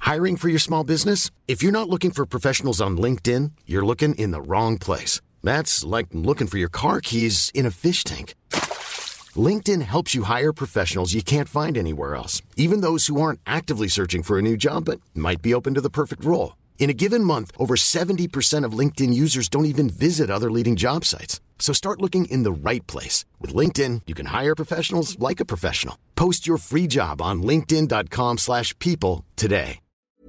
Hiring for your small business? If you're not looking for professionals on LinkedIn, you're looking in the wrong place. That's like looking for your car keys in a fish tank. LinkedIn helps you hire professionals you can't find anywhere else, even those who aren't actively searching for a new job but might be open to the perfect role. In a given month, over 70% of LinkedIn users don't even visit other leading job sites. So start looking in the right place. With LinkedIn, you can hire professionals like a professional. Post your free job on linkedin.com/people today.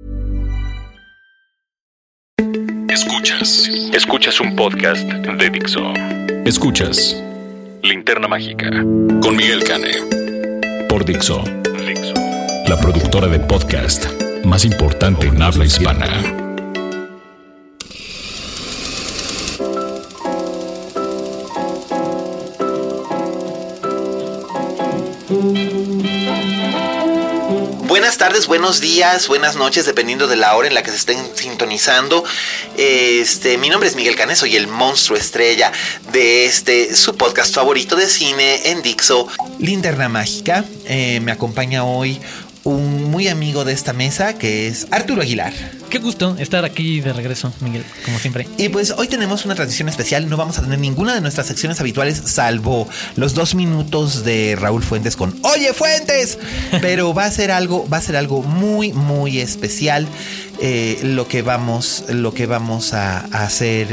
Escuchas un podcast de Dixo. Escuchas Linterna Mágica con Miguel Cane por Dixo, la productora de podcast más importante en habla hispana. Buenas tardes, buenos días, buenas noches, dependiendo de la hora en la que se estén sintonizando. Mi nombre es Miguel Cane, soy el monstruo estrella de su podcast favorito de cine en Dixo, Linterna Mágica. Me acompaña hoy un muy amigo de esta mesa, que es Arturo Aguilar. Qué gusto estar aquí de regreso, Miguel, como siempre. Y pues hoy tenemos una transmisión especial. No vamos a tener ninguna de nuestras secciones habituales, salvo los 2 minutos de Raúl Fuentes con ¡Oye, Fuentes! Pero va a ser algo muy, muy especial. Lo que vamos a hacer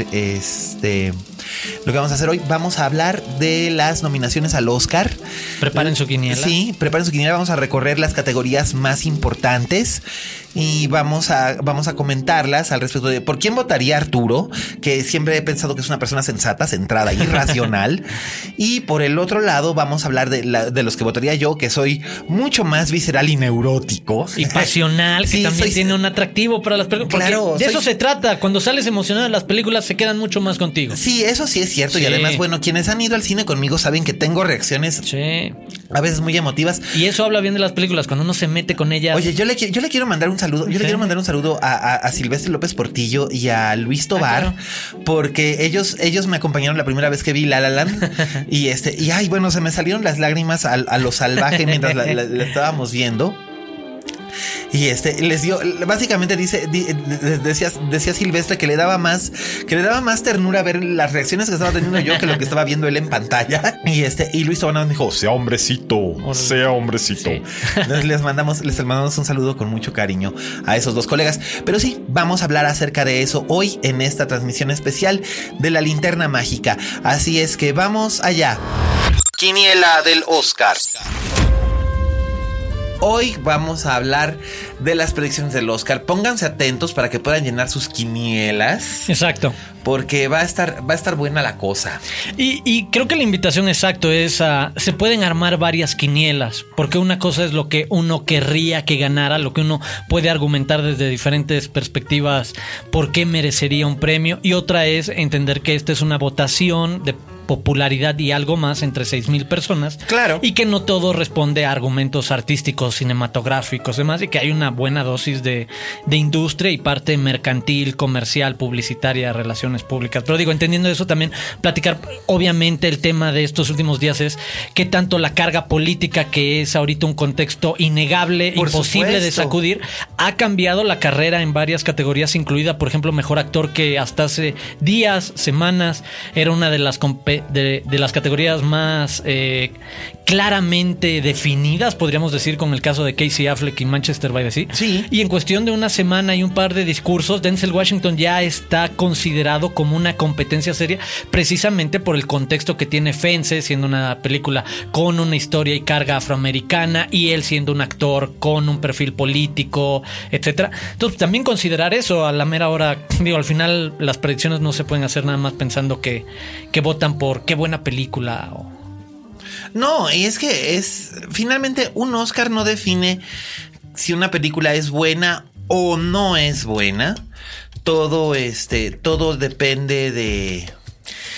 lo que vamos a hacer hoy, vamos a hablar de las nominaciones al Oscar. Preparen su quiniela. Sí, preparen su quiniela. Vamos a recorrer las categorías más importantes y vamos a comentarlas al respecto de por quién votaría Arturo, que siempre he pensado que es una persona sensata, centrada y racional. Y por el otro lado vamos a hablar de los que votaría yo, que soy mucho más visceral y neurótico. Y pasional, que sí, también tiene un atractivo para las películas. Claro, de eso se trata. Cuando sales emocionado de las películas se quedan mucho más contigo. Sí, eso sí es cierto. Sí. Y además, bueno, quienes han ido al cine conmigo saben que tengo reacciones a veces muy emotivas. Y eso habla bien de las películas, cuando uno se mete con ellas. Oye, yo le quiero mandar un saludo. Yo le quiero mandar un saludo a Silvestre López Portillo y a Luis Tobar, porque ellos me acompañaron la primera vez que vi La La Land. y ay, bueno, se me salieron las lágrimas a lo salvaje mientras la estábamos viendo. Y les dio, básicamente decía Silvestre que le daba más ternura ver las reacciones que estaba teniendo yo que lo que estaba viendo él en pantalla. Y Luis Tobana me dijo, sea hombrecito. Sí. Entonces les mandamos un saludo con mucho cariño a esos dos colegas. Pero sí, vamos a hablar acerca de eso hoy en esta transmisión especial de la Linterna Mágica. Así es que vamos allá. Quiniela del Oscar. Hoy vamos a hablar de las predicciones del Oscar. Pónganse atentos para que puedan llenar sus quinielas. Exacto. Porque va a estar buena la cosa. Y creo que la invitación exacto es se pueden armar varias quinielas, porque una cosa es lo que uno querría que ganara, lo que uno puede argumentar desde diferentes perspectivas por qué merecería un premio, y otra es entender que esta es una votación de popularidad y algo más entre 6,000 personas. Claro. Y que no todo responde a argumentos artísticos, cinematográficos, demás, y que hay una buena dosis de industria y parte mercantil, comercial, publicitaria, relaciones públicas. Pero digo, entendiendo eso, también platicar, obviamente el tema de estos últimos días es qué tanto la carga política, que es ahorita un contexto innegable, por imposible supuesto, de sacudir, ha cambiado la carrera en varias categorías, incluida, por ejemplo, mejor actor, que hasta hace días, semanas, era una de las categorías más claramente definidas, podríamos decir, con el caso de Casey Affleck y Manchester by the Sea. Sí. Y en cuestión de una semana y un par de discursos, Denzel Washington ya está considerado como una competencia seria, precisamente por el contexto que tiene Fences, siendo una película con una historia y carga afroamericana, y él siendo un actor con un perfil político, etcétera. Entonces, también considerar eso a la mera hora. Digo, al final las predicciones no se pueden hacer nada más pensando que votan por qué buena película. No, y es que finalmente un Oscar no define si una película es buena o no es buena. Todo depende de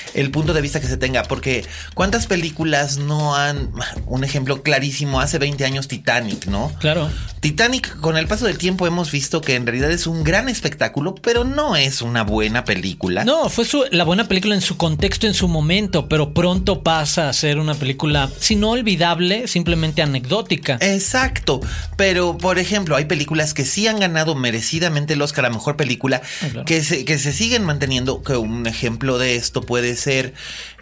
el punto de vista que se tenga, porque ¿cuántas películas no han? Un ejemplo clarísimo, hace 20 años Titanic, ¿no? Claro. Titanic, con el paso del tiempo hemos visto que en realidad es un gran espectáculo, pero no es una buena película. No, fue la buena película en su contexto, en su momento, pero pronto pasa a ser una película, si no olvidable, simplemente anecdótica. Exacto, pero por ejemplo, hay películas que sí han ganado merecidamente el Oscar a Mejor Película, claro, que se siguen manteniendo, que un ejemplo de esto puede ser,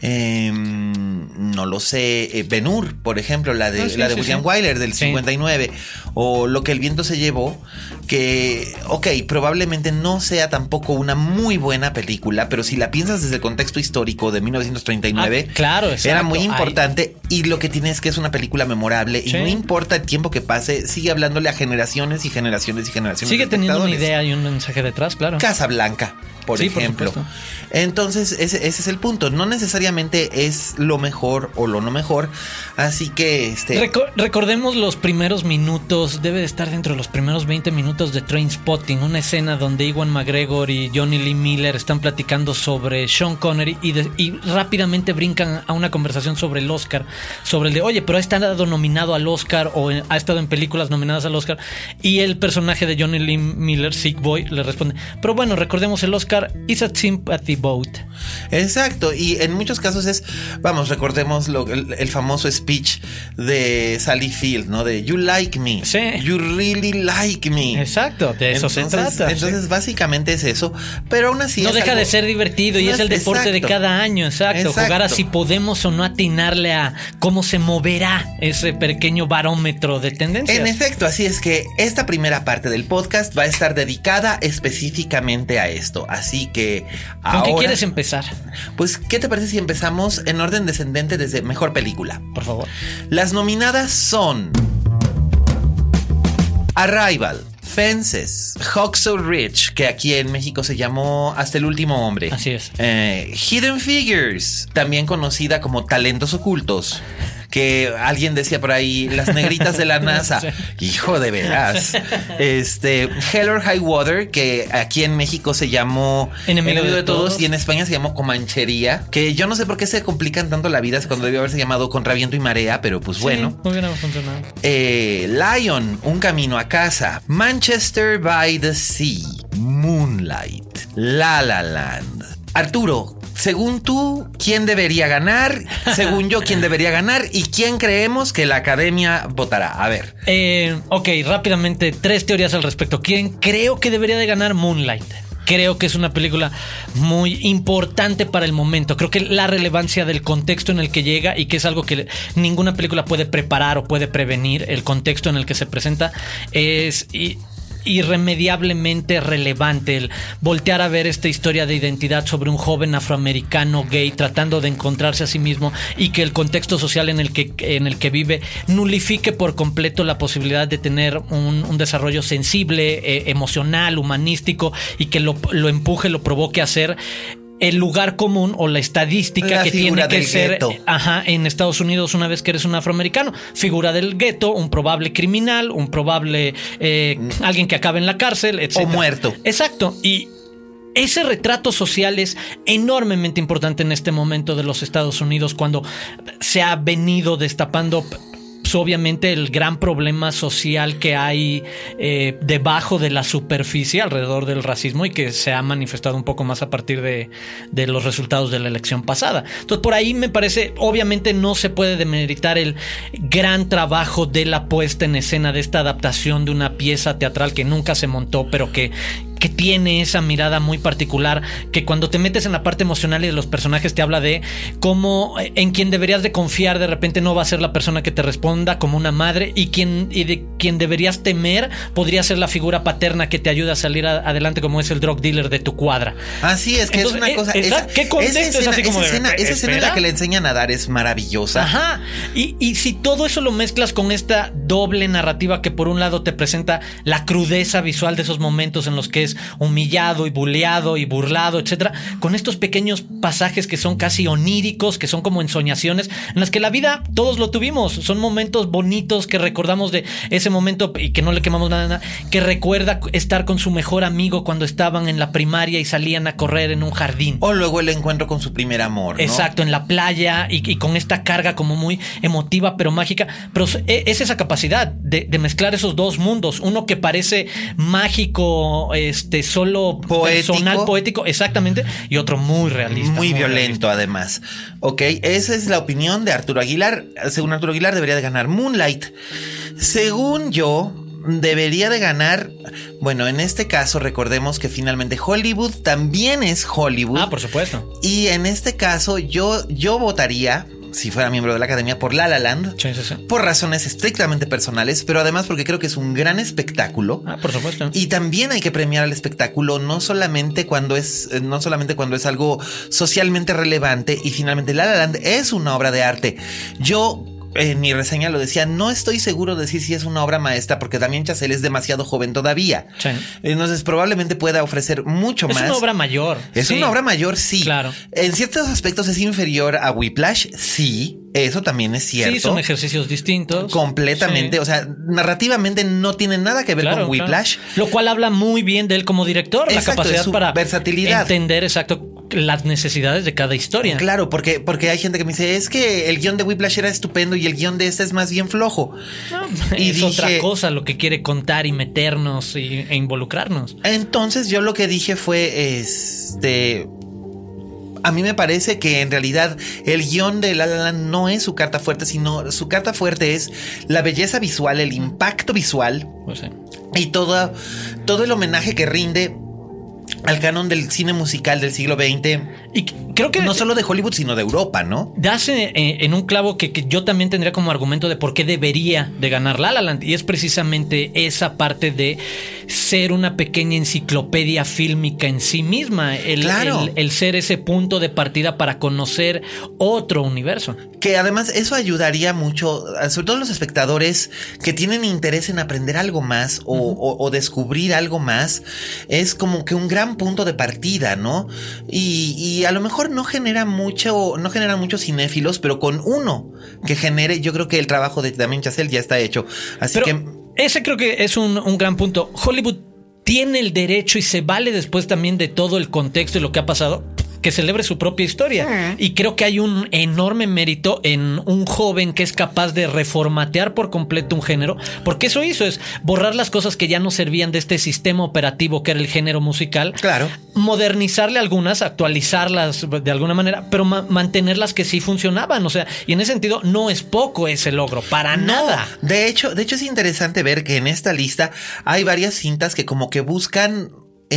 no lo sé, Ben-Hur, por ejemplo, la de William Wyler del 59, o Lo que el viento se llevó, que, probablemente no sea tampoco una muy buena película, pero si la piensas desde el contexto histórico de 1939, claro, exacto, era muy importante. Y lo que tiene es que es una película memorable y no importa el tiempo que pase, sigue hablándole a generaciones y generaciones y generaciones. Sigue teniendo una idea y un mensaje detrás, claro. Casablanca, por ejemplo. Por Entonces, ese es el punto. No necesariamente es lo mejor o lo no mejor. Así que recordemos los primeros minutos. Debe de estar dentro de los primeros 20 minutos de Trainspotting, una escena donde Ewan McGregor y Johnny Lee Miller están platicando sobre Sean Connery y rápidamente brincan a una conversación sobre el Oscar, sobre el de, oye, pero ha estado nominado al Oscar o ha estado en películas nominadas al Oscar, y el personaje de Johnny Lee Miller, Sick Boy, le responde, pero bueno, recordemos, el Oscar is a sympathy vote. Exacto, y en muchos casos recordemos el famoso speech de Sally Field, ¿no? De you like me, you really like me. Exacto, de eso se trata. Entonces básicamente es eso, pero aún así no deja de ser divertido y es el deporte de cada año, exacto. Jugar a si podemos o no atinarle a cómo se moverá ese pequeño barómetro de tendencias. En efecto, así es que esta primera parte del podcast va a estar dedicada específicamente a esto, así que ahora, ¿con qué quieres empezar? Pues, ¿qué te parece si empezamos en orden descendente desde Mejor Película? Por favor. Las nominadas son Arrival, Fences, Hacksaw Ridge, que aquí en México se llamó Hasta el último hombre. Así es. Hidden Figures, también conocida como Talentos Ocultos, que alguien decía por ahí, las negritas de la NASA. Sí. Hijo de veras. Hell or High Water, que aquí en México se llamó Enemigo de Todos y en España se llamó Comanchería, que yo no sé por qué se complican tanto la vida cuando debió haberse llamado Contra Viento y Marea, pero pues bueno. Muy bien, ha funcionado. Lion, Un camino a casa, Manchester by the Sea, Moonlight, La La Land. Arturo, según tú, ¿quién debería ganar? Según yo, ¿quién debería ganar? ¿Y quién creemos que la academia votará? A ver. Rápidamente, 3 teorías al respecto. ¿Quién creo que debería de ganar? Moonlight. Creo que es una película muy importante para el momento. Creo que la relevancia del contexto en el que llega, y que es algo que ninguna película puede preparar o puede prevenir, el contexto en el que se presenta, es irremediablemente relevante. El voltear a ver esta historia de identidad sobre un joven afroamericano gay tratando de encontrarse a sí mismo, y que el contexto social en el que vive nulifique por completo la posibilidad de tener un desarrollo sensible, emocional, humanístico, y que lo empuje, lo provoque a ser el lugar común o la estadística que tiene que ser en Estados Unidos una vez que eres un afroamericano. Figura del gueto, un probable criminal, un probable alguien que acabe en la cárcel, etc. O muerto. Exacto. Y ese retrato social es enormemente importante en este momento de los Estados Unidos, cuando se ha venido destapando obviamente el gran problema social que hay debajo de la superficie alrededor del racismo, y que se ha manifestado un poco más a partir de los resultados de la elección pasada. Entonces, por ahí me parece, obviamente no se puede demeritar el gran trabajo de la puesta en escena de esta adaptación de una pieza teatral que nunca se montó, pero que tiene esa mirada muy particular, que cuando te metes en la parte emocional y de los personajes te habla de cómo en quien deberías de confiar de repente no va a ser la persona que te responda como una madre, y de quien deberías temer podría ser la figura paterna que te ayuda a salir adelante, como es el drug dealer de tu cuadra. Así es, que entonces, es una cosa. ¿Qué contexto esa escena, es así como esa escena en la que le enseñan a dar es maravillosa. Ajá. Y si todo eso lo mezclas con esta doble narrativa que por un lado te presenta la crudeza visual de esos momentos en los que es humillado y buleado y burlado, etcétera, con estos pequeños pasajes que son casi oníricos, que son como ensoñaciones, en las que la vida todos lo tuvimos. Son momentos bonitos que recordamos de ese momento y que no le quemamos nada, que recuerda estar con su mejor amigo cuando estaban en la primaria y salían a correr en un jardín. O luego el encuentro con su primer amor, ¿no? Exacto, en la playa y con esta carga como muy emotiva pero mágica. Pero es esa capacidad de mezclar esos dos mundos. Uno que parece mágico, solo poético. Personal, poético, exactamente, y otro muy realista. Muy violento, además. Ok, esa es la opinión de Arturo Aguilar. Según Arturo Aguilar, debería de ganar Moonlight. Según yo, debería de ganar... Bueno, en este caso, recordemos que finalmente Hollywood también es Hollywood. Ah, por supuesto. Y en este caso, yo votaría... si fuera miembro de la academia, por La La Land. Sí. Por razones estrictamente personales, pero además porque creo que es un gran espectáculo. Ah, por supuesto. Y también hay que premiar al espectáculo, no solamente cuando es algo socialmente relevante. Y finalmente La La Land es una obra de arte. Yo en mi reseña lo decía, no estoy seguro de decir si es una obra maestra, porque Damien Chazelle es demasiado joven todavía. Sí. Entonces probablemente pueda ofrecer mucho más. Es una obra mayor. Es una obra mayor, sí. Claro. En ciertos aspectos es inferior a Whiplash, sí. Eso también es cierto. Sí, son ejercicios distintos. Completamente. Sí. O sea, narrativamente no tiene nada que ver con Whiplash. Claro. Lo cual habla muy bien de él como director. Exacto, la capacidad su para versatilidad. Entender las necesidades de cada historia. Claro, porque hay gente que me dice, es que el guión de Whiplash era estupendo y el guión de este es más bien flojo. No, y es otra cosa lo que quiere contar y meternos e involucrarnos. Entonces yo lo que dije fue, a mí me parece que en realidad el guión de La La Land no es su carta fuerte, sino su carta fuerte es la belleza visual, el impacto visual, pues sí. Y todo el homenaje que rinde al canon del cine musical del siglo XX. Y creo que no solo de Hollywood, sino de Europa, ¿no? Das en un clavo que yo también tendría como argumento de por qué debería de ganar La La Land. Y es precisamente esa parte de ser una pequeña enciclopedia fílmica en sí misma. El ser ese punto de partida para conocer otro universo. Que además eso ayudaría mucho, sobre todo los espectadores que tienen interés en aprender algo más o descubrir algo más. Es como que un gran punto de partida, ¿no? Y a lo mejor no generan muchos cinéfilos, pero con uno que genere, yo creo que el trabajo de Damien Chazelle ya está hecho. Así que ese creo que es un gran punto. Hollywood tiene el derecho y se vale después también de todo el contexto y lo que ha pasado, que celebre su propia historia. Y creo que hay un enorme mérito en un joven que es capaz de reformatear por completo un género, porque eso hizo, es borrar las cosas que ya no servían de este sistema operativo que era el género musical. Claro. Modernizarle algunas, actualizarlas de alguna manera, pero mantenerlas que sí funcionaban. O sea, y en ese sentido no es poco ese logro, para nada. De hecho es interesante ver que en esta lista hay varias cintas que como que buscan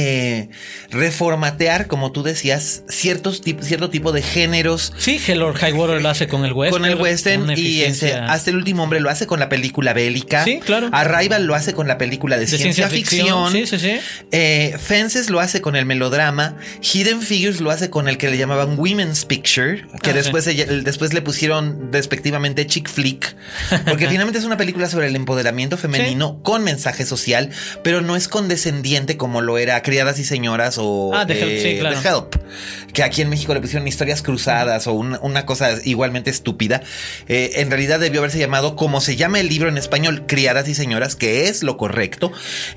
reformatear, como tú decías, cierto tipo de géneros. Sí, Hell or High Water lo hace con el western. Con el western y Hasta el último hombre lo hace con la película bélica. Sí, claro. Arrival lo hace con la película de ciencia ficción. Sí. Fences lo hace con el melodrama. Hidden Figures lo hace con el que le llamaban Women's Picture, que después le pusieron despectivamente chick flick, porque finalmente es una película sobre el empoderamiento femenino con mensaje social, pero no es condescendiente como lo era Criadas y Señoras o The Help, que aquí en México le pusieron Historias Cruzadas o una cosa igualmente estúpida. En realidad debió haberse llamado, como se llama el libro en español, Criadas y Señoras, que es lo correcto.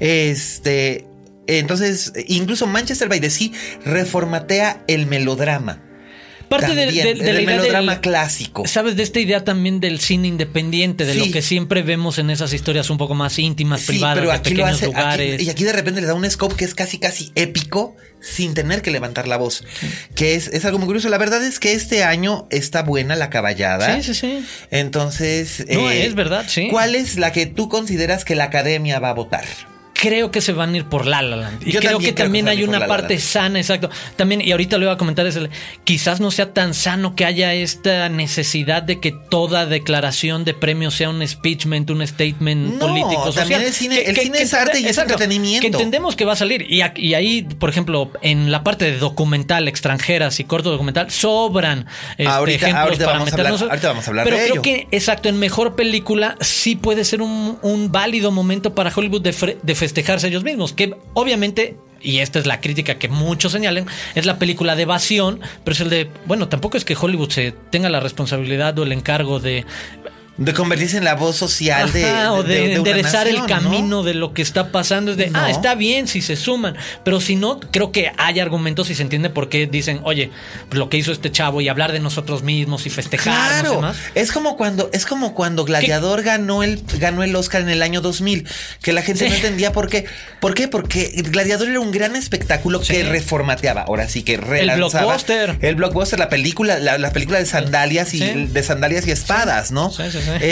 Entonces, incluso Manchester by the Sea reformatea el melodrama. Parte del melodrama clásico. ¿Sabes? De esta idea también del cine independiente, de lo que siempre vemos en esas historias un poco más íntimas, privadas, pero aquí de pequeños lugares. Y aquí de repente le da un scope que es casi épico, sin tener que levantar la voz. Sí. Que es algo muy curioso. La verdad es que este año está buena la caballada. Sí. Entonces, no, es verdad, sí. ¿Cuál es la que tú consideras que la academia va a votar? Creo que se van a ir por La La Land. Y creo que también hay una parte sana, exacto. También, y ahorita lo iba a comentar, quizás no sea tan sano que haya esta necesidad de que toda declaración de premio sea un speechment, un statement político, social. También el cine es arte y es entretenimiento. Que entendemos que va a salir. Y ahí, por ejemplo, en la parte de documental, extranjeras y corto documental, sobran ejemplos para meternos. Ahorita vamos a hablar de ello. Pero creo que, exacto, en mejor película sí puede ser un válido momento para Hollywood de festejarse ellos mismos, que obviamente y esta es la crítica que muchos señalan, es la película de evasión, pero es el de, bueno, tampoco es que Hollywood se tenga la responsabilidad o el encargo de convertirse en la voz social de enderezar una nación, el camino, ¿no? de lo que está pasando. Es de, No. está bien si se suman, pero si no, creo que hay argumentos y se entiende por qué dicen, oye, pues lo que hizo este chavo y hablar de nosotros mismos y festejar. Claro, demás. es como cuando Gladiador ganó el Oscar en el año 2000, que la gente no entendía por qué. ¿Por qué? Porque Gladiador era un gran espectáculo que reformateaba, ahora sí que relanzaba. El blockbuster, la película de sandalias y de sandalias y espadas, ¿no? Sí.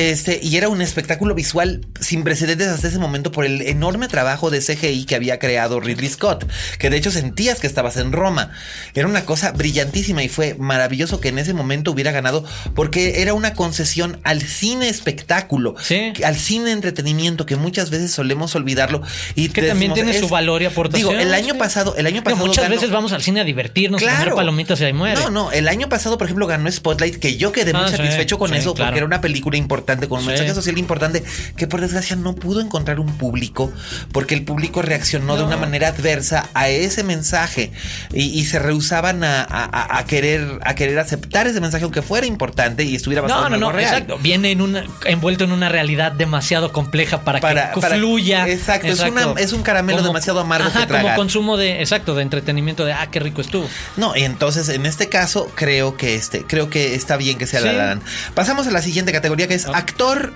Y era un espectáculo visual sin precedentes hasta ese momento por el enorme trabajo de CGI que había creado Ridley Scott, que de hecho sentías que estabas en Roma. Era una cosa brillantísima y fue maravilloso que en ese momento hubiera ganado, porque era una concesión al cine espectáculo, al cine entretenimiento, que muchas veces solemos olvidarlo. Y que también tiene su valor y aportación. Digo, el año pasado muchas veces vamos al cine a divertirnos, a comer palomitas y ahí muere. No, el año pasado, por ejemplo, ganó Spotlight, que yo quedé muy satisfecho con eso, porque era una película importante, con un mensaje social importante, que por desgracia no pudo encontrar un público, porque el público reaccionó de una manera adversa a ese mensaje y se rehusaban a querer aceptar ese mensaje, aunque fuera importante y estuviera basado en algo real. Exacto. Viene envuelto en una realidad demasiado compleja para que fluya. Exacto. Es un caramelo demasiado amargo que tragar. Como consumo de entretenimiento de qué rico estuvo. No, y entonces en este caso creo que está bien que sea La La Land. Pasamos a la siguiente categoría, que es actor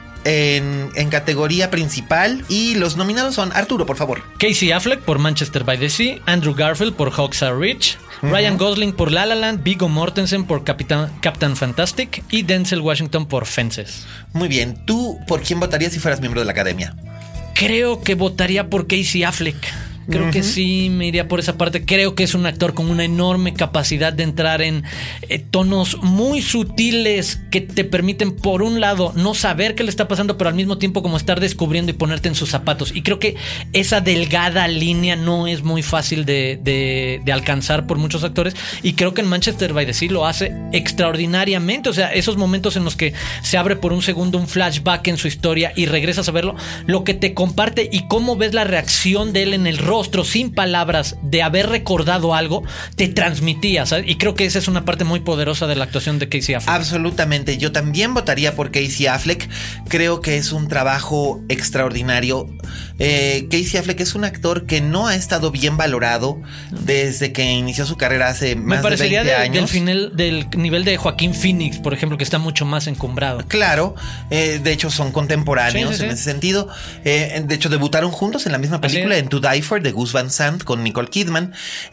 en categoría principal, y los nominados son, Arturo, por favor. Casey Affleck por Manchester by the Sea, Andrew Garfield por Hawks Are Rich, Ryan Gosling por La La Land, Viggo Mortensen por Captain Fantastic y Denzel Washington por Fences. Muy bien, ¿tú por quién votarías si fueras miembro de la Academia? Creo que votaría por Casey Affleck. Creo que sí, me iría por esa parte. Creo que es un actor con una enorme capacidad de entrar en tonos muy sutiles que te permiten, por un lado, no saber qué le está pasando, pero al mismo tiempo como estar descubriendo y ponerte en sus zapatos. Y creo que esa delgada línea no es muy fácil de alcanzar por muchos actores. Y creo que en Manchester by the Sea lo hace extraordinariamente. O sea, esos momentos en los que se abre por un segundo un flashback en su historia y regresas a verlo, lo que te comparte y cómo ves la reacción de él en el rostro sin palabras de haber recordado algo, te transmitía, ¿sabes? Y creo que esa es una parte muy poderosa de la actuación de Casey Affleck. Absolutamente, yo también votaría por Casey Affleck. Creo que es un trabajo extraordinario. Casey Affleck es un actor que no ha estado bien valorado desde que inició su carrera hace más de 20 años. Del nivel de Joaquín Phoenix, por ejemplo, que está mucho más encumbrado. Claro, de hecho son contemporáneos en ese sentido. De hecho debutaron juntos en la misma película, en To Die For, de Gus Van Sant con Nicole Kidman.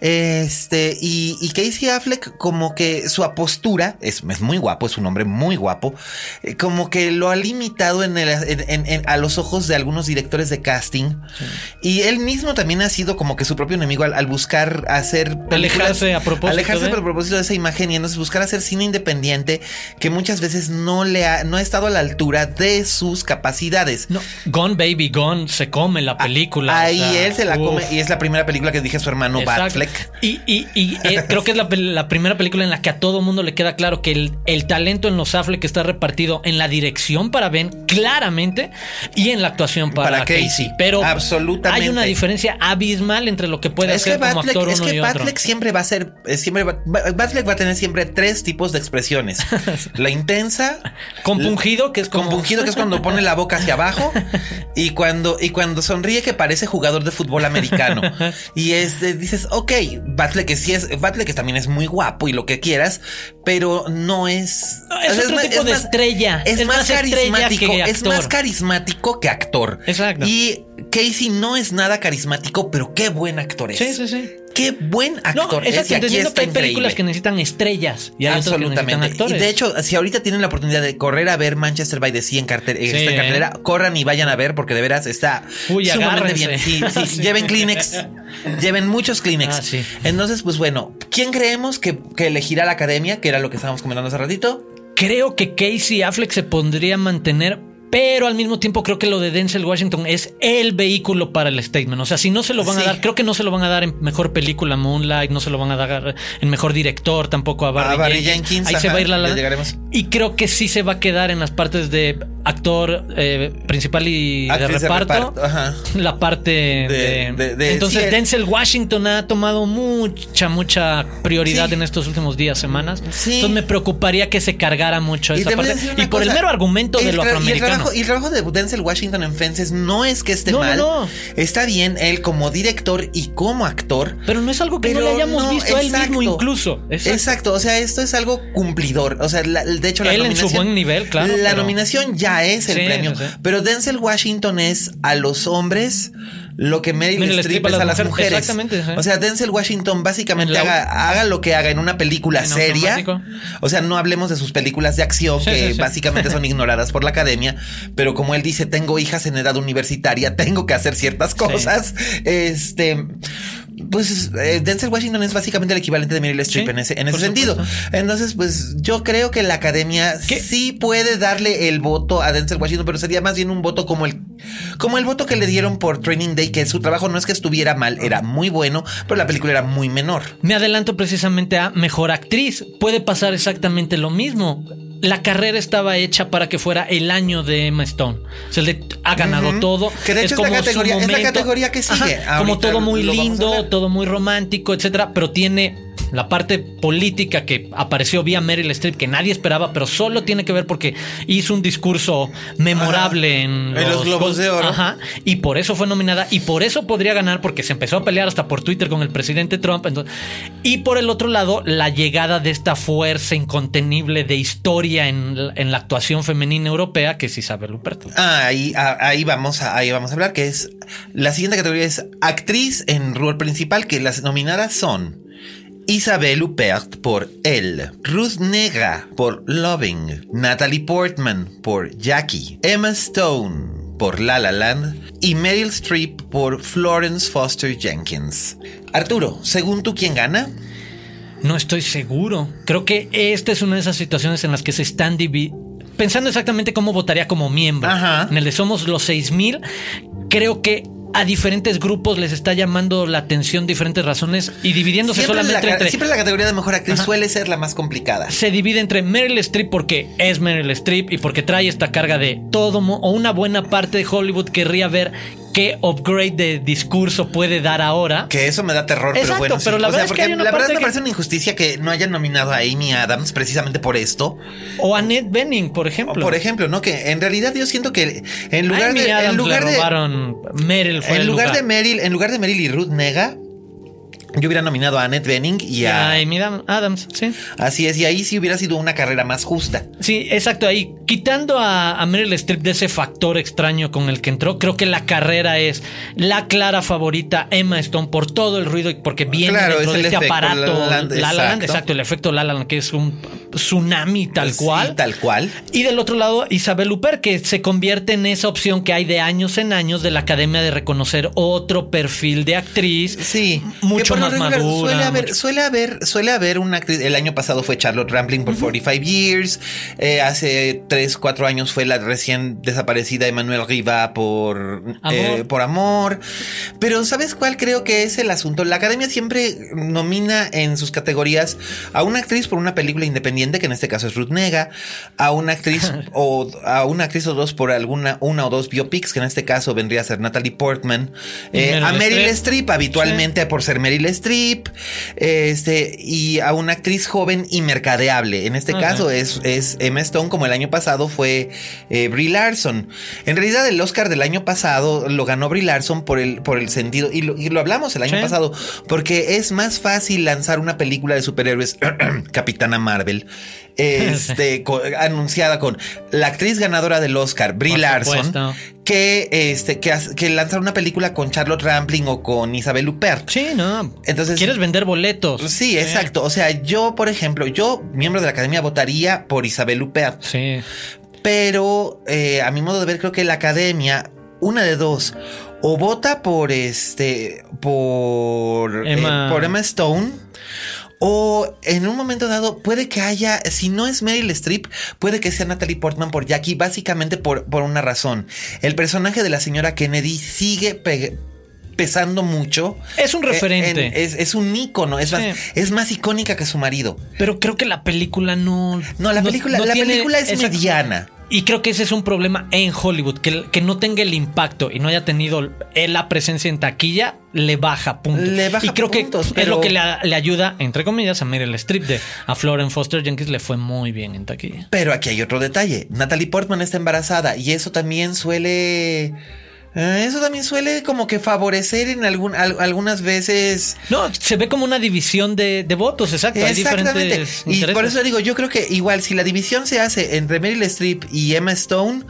Y Casey Affleck, como que su apostura es muy guapo, es un hombre muy guapo, como que lo ha limitado a los ojos de algunos directores de casting. Y él mismo también ha sido como que su propio enemigo al buscar hacer alejarse a propósito de esa imagen, y entonces buscar hacer cine independiente que muchas veces no ha estado a la altura de sus capacidades. No, Gone Baby Gone se come la película. Ahí él se la come, y es la primera película que dije a su hermano Batfleck. Y creo que es la primera película en la que a todo mundo le queda claro que el talento en los Affleck está repartido en la dirección para Ben, claramente, y en la actuation para Casey. Pero absolutamente hay una diferencia abismal entre lo que puede hacer como actor uno y otro. Batfleck siempre va a ser, Batfleck va a tener siempre tres tipos de expresiones: la intensa, compungido, que es cuando pone la boca hacia abajo, y cuando sonríe, que parece jugador de fútbol americano. Y dices, ok, Batfleck también es muy guapo y lo que quieras, pero no es. Es otro tipo de estrella. Es más carismático. Es más carismático que actor. Exacto. Y Casey no es nada carismático, pero qué buen actor es. Sí. Qué buen actor es. Y aquí está, que hay películas que necesitan estrellas y hay otras que necesitan actores. Y de hecho, si ahorita tienen la oportunidad de correr a ver Manchester by the Sea en cartelera, corran y vayan a ver, porque de veras está sumamente bien. Sí, lleven Kleenex, lleven muchos Kleenex. Sí. Entonces, pues bueno, ¿quién creemos que elegirá la Academia? Que era lo que estábamos comentando hace ratito. Creo que Casey Affleck se podría mantener Pero al mismo tiempo creo que lo de Denzel Washington es el vehículo para el statement. O sea, si no se lo van a dar, creo que no se lo van a dar en mejor película Moonlight, no se lo van a dar en mejor director tampoco a Barry Jenkins. Ahí se va a ir la y creo que sí se va a quedar en las partes de actor principal y actriz de reparto. La parte de entonces Denzel Washington ha tomado mucha prioridad en estos últimos días, semanas. Entonces me preocuparía que se cargara mucho esa parte. Y por el mero argumento de lo afroamericano. Y el trabajo de Denzel Washington en Fences no es que esté mal. No. Está bien él como director y como actor. Pero no es algo que no le hayamos visto a él mismo incluso. Exacto. O sea, esto es algo cumplidor. O sea, de hecho, la él nominación, en su buen nivel, claro. La nominación ya es el premio. Sí. Pero Denzel Washington es a los hombres lo que Meryl Streep es a las mujeres. Exactamente. O sea, Denzel Washington básicamente haga lo que haga en una película seria. Automático. O sea, no hablemos de sus películas de acción que básicamente son ignoradas por la academia. Pero como él dice, tengo hijas en edad universitaria, tengo que hacer ciertas cosas. Pues Denzel Washington es básicamente el equivalente de Meryl Streep en ese sentido. Entonces, pues yo creo que la academia sí puede darle el voto a Denzel Washington, pero sería más bien un voto como el voto que le dieron por Training Day, que su trabajo no es que estuviera mal, era muy bueno, pero la película era muy menor. Me adelanto precisamente a mejor actriz. Puede pasar exactamente lo mismo. La carrera estaba hecha para que fuera el año de Emma Stone. O sea, ha ganado todo. Que de hecho es la categoría que sigue. Como todo muy lindo, todo muy romántico, etcétera, pero tiene la parte política que apareció vía Meryl Streep, que nadie esperaba, pero solo tiene que ver porque hizo un discurso memorable en los Globos de Oro. Y por eso fue nominada y por eso podría ganar, porque se empezó a pelear hasta por Twitter con el presidente Trump. Entonces, y por el otro lado, la llegada de esta fuerza incontenible de historia en la actuación femenina europea, que es Isabelle Huppert. Ahí vamos a hablar, que es la siguiente categoría es actriz en rol principal, que las nominadas son Isabelle Huppert por Elle, Ruth Negga por Loving, Natalie Portman por Jackie, Emma Stone por La La Land y Meryl Streep por Florence Foster Jenkins. Arturo, según tú, ¿quién gana? No estoy seguro. Creo que esta es una de esas situaciones en las que se están pensando exactamente cómo votaría como miembro. En el de Somos los 6,000, creo que a diferentes grupos les está llamando la atención diferentes razones y dividiéndose siempre entre... Siempre la categoría de mejor actriz suele ser la más complicada. Se divide entre Meryl Streep porque es Meryl Streep y porque trae esta carga de todo, o una buena parte de Hollywood querría ver qué upgrade de discurso puede dar ahora. Que eso me da terror. Exacto, pero bueno. Pero la verdad es que hay una la verdad parte me parece una injusticia que no hayan nominado a Amy Adams precisamente por esto. O a Annette Bening, por ejemplo. Por ejemplo, ¿no? Que en realidad yo siento que en lugar de... Adams en lugar le robaron Meryl fue en lugar de Meryl y Ruth Negga, yo hubiera nominado a Annette Bening y a Amy Adams, sí. Así es, y ahí sí hubiera sido una carrera más justa. Sí, exacto, ahí quitando a Meryl Streep de ese factor extraño con el que entró, creo que la carrera es la clara favorita Emma Stone por todo el ruido y porque viene dentro de este aparato La La Land, exacto, el efecto La La Land, que es un tsunami tal cual. Sí, tal cual. Y del otro lado, Isabelle Huppert, que se convierte en esa opción que hay de años en años de la academia de reconocer otro perfil de actriz. Sí, mucho más madura. Suele haber una actriz. El año pasado fue Charlotte Rampling por 45 Years. Hace 3-4 años fue la recién desaparecida Emmanuelle Riva por Amor. Pero ¿sabes cuál creo que es el asunto? La academia siempre nomina en sus categorías a una actriz por una película independiente, que en este caso es Ruth Negga, a una actriz o dos por una o dos biopics, que en este caso vendría a ser Natalie Portman, a Meryl Streep habitualmente por ser Meryl Streep, y a una actriz joven y mercadeable. En este caso es Emma Stone, como el año pasado fue Brie Larson. En realidad el Oscar del año pasado lo ganó Brie Larson por el sentido, y lo hablamos el año pasado, porque es más fácil lanzar una película de superhéroes Capitana Marvel anunciada con la actriz ganadora del Oscar Brie Larson que lanzar una película con Charlotte Rampling o con Isabelle Huppert. Sí, no. Entonces, quieres vender boletos. Sí, exacto. O sea, yo, por ejemplo, miembro de la academia, votaría por Isabelle Huppert. Sí. Pero a mi modo de ver, creo que la academia, una de dos, o vota por Emma Stone, O en un momento dado puede que haya, si no es Meryl Streep, puede que sea Natalie Portman por Jackie, básicamente por una razón. El personaje de la señora Kennedy sigue pesando mucho. Es un referente. Es un ícono. Es más icónica que su marido. Pero creo que la película no. No, la película es mediana. Y creo que ese es un problema en Hollywood, que no tenga el impacto y no haya tenido la presencia en taquilla, le baja puntos. Y creo puntos, que es lo que le ayuda, entre comillas, a Meryl Streep. A Florence Foster Jenkins le fue muy bien en taquilla. Pero aquí hay otro detalle. Natalie Portman está embarazada y eso también suele como que favorecer en algunas veces. No, se ve como una división de votos, exacto. Hay diferentes y por eso digo, yo creo que igual si la división se hace entre Meryl Streep y Emma Stone,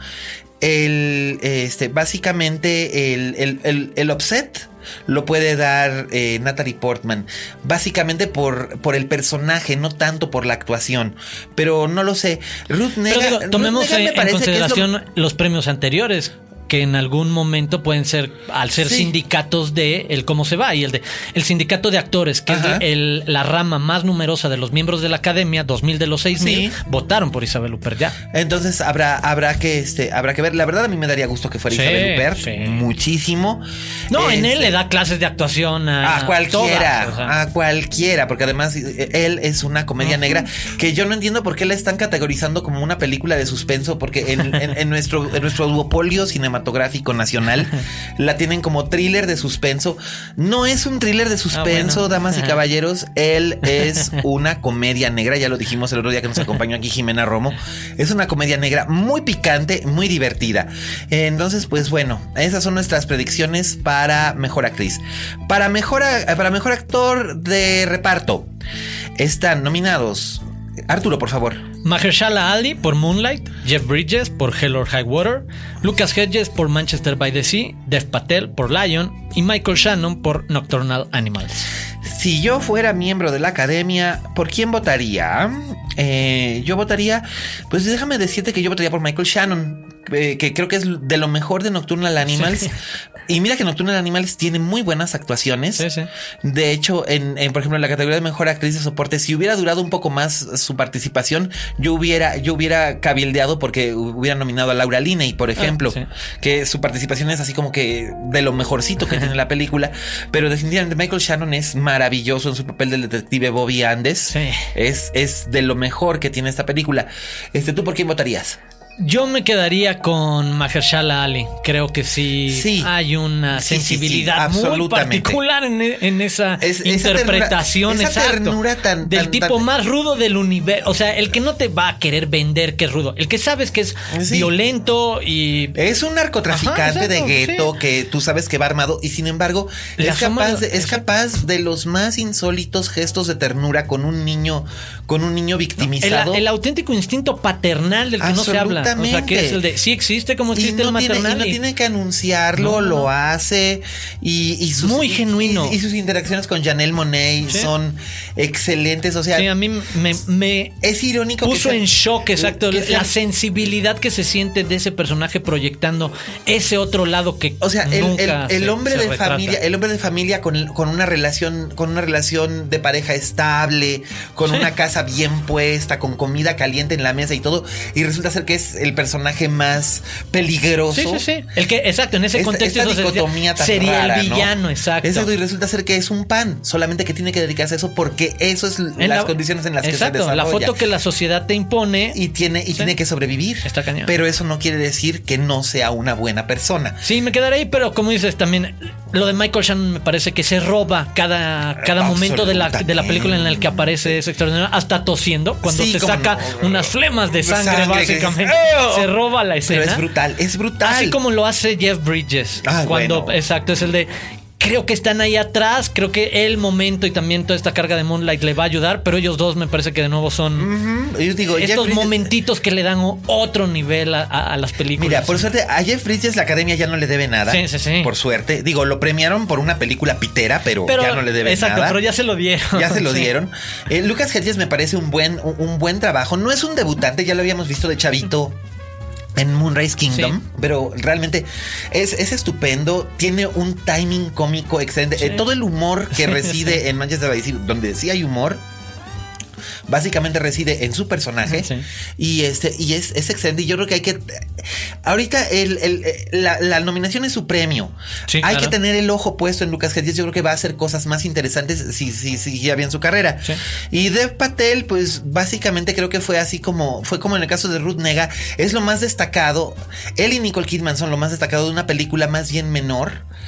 básicamente el upset lo puede dar Natalie Portman, básicamente por el personaje, no tanto por la actuación. Pero no lo sé. Ruth Negga, tomemos en consideración los premios anteriores, que en algún momento pueden ser, al ser sindicatos de el cómo se va, y el sindicato de actores, que es la rama más numerosa de los miembros de la academia, 2000 de los 6000, votaron por Isabel Huppert ya. Entonces habrá que ver. La verdad, a mí me daría gusto que fuera Isabel Huppert, muchísimo. No, en él le da clases de actuación a cualquiera, todas, o sea. a cualquiera, porque además él es una comedia negra que yo no entiendo por qué la están categorizando como una película de suspenso, porque en nuestro duopolio cinematográfico nacional la tienen como thriller de suspenso. No es un thriller de suspenso, damas y caballeros. Él es una comedia negra. Ya lo dijimos el otro día que nos acompañó aquí Jimena Romo. Es una comedia negra muy picante, muy divertida. Entonces, pues bueno, esas son nuestras predicciones para mejor actriz. Para mejor actor de reparto están nominados. Arturo, por favor. Mahershala Ali por Moonlight, Jeff Bridges por Hell or High Water, Lucas Hedges por Manchester by the Sea, Dev Patel por Lion y Michael Shannon por Nocturnal Animals. Si yo fuera miembro de la academia, ¿por quién votaría? Yo votaría, pues déjame decirte que yo votaría por Michael Shannon, que creo que es de lo mejor de Nocturnal Animals. Sí. Y mira que Nocturnal Animals tiene muy buenas actuaciones. Sí. De hecho, por ejemplo, en la categoría de mejor actriz de soporte, si hubiera durado un poco más su participación, yo hubiera cabildeado porque hubiera nominado a Laura Linney, por ejemplo, que su participación es así como que de lo mejorcito que tiene la película. Pero definitivamente Michael Shannon es maravilloso en su papel del detective Bobby Andes. Sí. Es de lo mejor que tiene esta película. ¿Tú por quién votarías? Yo me quedaría con Mahershala Ali. Creo que sí hay una sensibilidad muy particular en esa interpretación, esa ternura del tipo más rudo del universo. O sea, el que no te va a querer vender que es rudo, el que sabes que es violento y es un narcotraficante de gueto que tú sabes que va armado y sin embargo es capaz de los más insólitos gestos de ternura con un niño victimizado. El auténtico instinto paternal del que no se habla. O sea, que es el de sí existe como existe el maternal. No tiene que anunciarlo, lo hace y sus, muy genuino. Y sus interacciones con Janelle Monáe son excelentes. O sea, a mí me es irónico. Puso en shock, exacto, la sensibilidad que se siente de ese personaje proyectando ese otro lado que o sea, el hombre de familia, el hombre de familia con una relación de pareja estable, con una casa bien puesta, con comida caliente en la mesa y todo, y resulta ser que es el personaje más peligroso. Sí. El que, exacto, en ese contexto esta dicotomía tan sería rara, el villano, ¿no? Exacto. Y resulta ser que es un pan, solamente que tiene que dedicarse a eso porque eso es las condiciones en las que se desarrolla. La foto que la sociedad te impone y tiene que sobrevivir. Está cañón. Pero eso no quiere decir que no sea una buena persona. Sí, me quedaré ahí, pero como dices también, lo de Michael Shannon me parece que se roba cada momento de la película en el que aparece, es extraordinario, hasta tosiendo cuando se saca unas flemas de sangre básicamente. Se roba la escena. Pero es brutal. Así como lo hace Jeff Bridges. Exacto, es el de creo que están ahí atrás, creo que el momento y también toda esta carga de Moonlight le va a ayudar, pero ellos dos me parece que de nuevo son yo digo, estos momentitos que le dan otro nivel a las películas. Mira, por suerte a Jeff Bridges la academia ya no le debe nada. Sí. Por suerte. Digo, lo premiaron por una película pitera, pero ya no le debe nada. Exacto, pero ya se lo dieron. Ya se lo dieron. Lucas Hedges me parece un buen trabajo. No es un debutante, ya lo habíamos visto de chavito en Moonrise Kingdom, pero realmente es estupendo. Tiene un timing cómico excelente. Todo el humor que reside en Manchester by the Sea, donde sí hay humor, básicamente reside en su personaje. Sí. Y es excelente. Y yo creo que hay que... Ahorita la nominación es su premio. Sí, hay que tener el ojo puesto en Lucas Hedges. Yo creo que va a hacer cosas más interesantes si ya bien su carrera. Sí. Y Dev Patel, pues básicamente creo que fue como en el caso de Ruth Negga. Es lo más destacado. Él y Nicole Kidman son lo más destacado de una película más bien menor.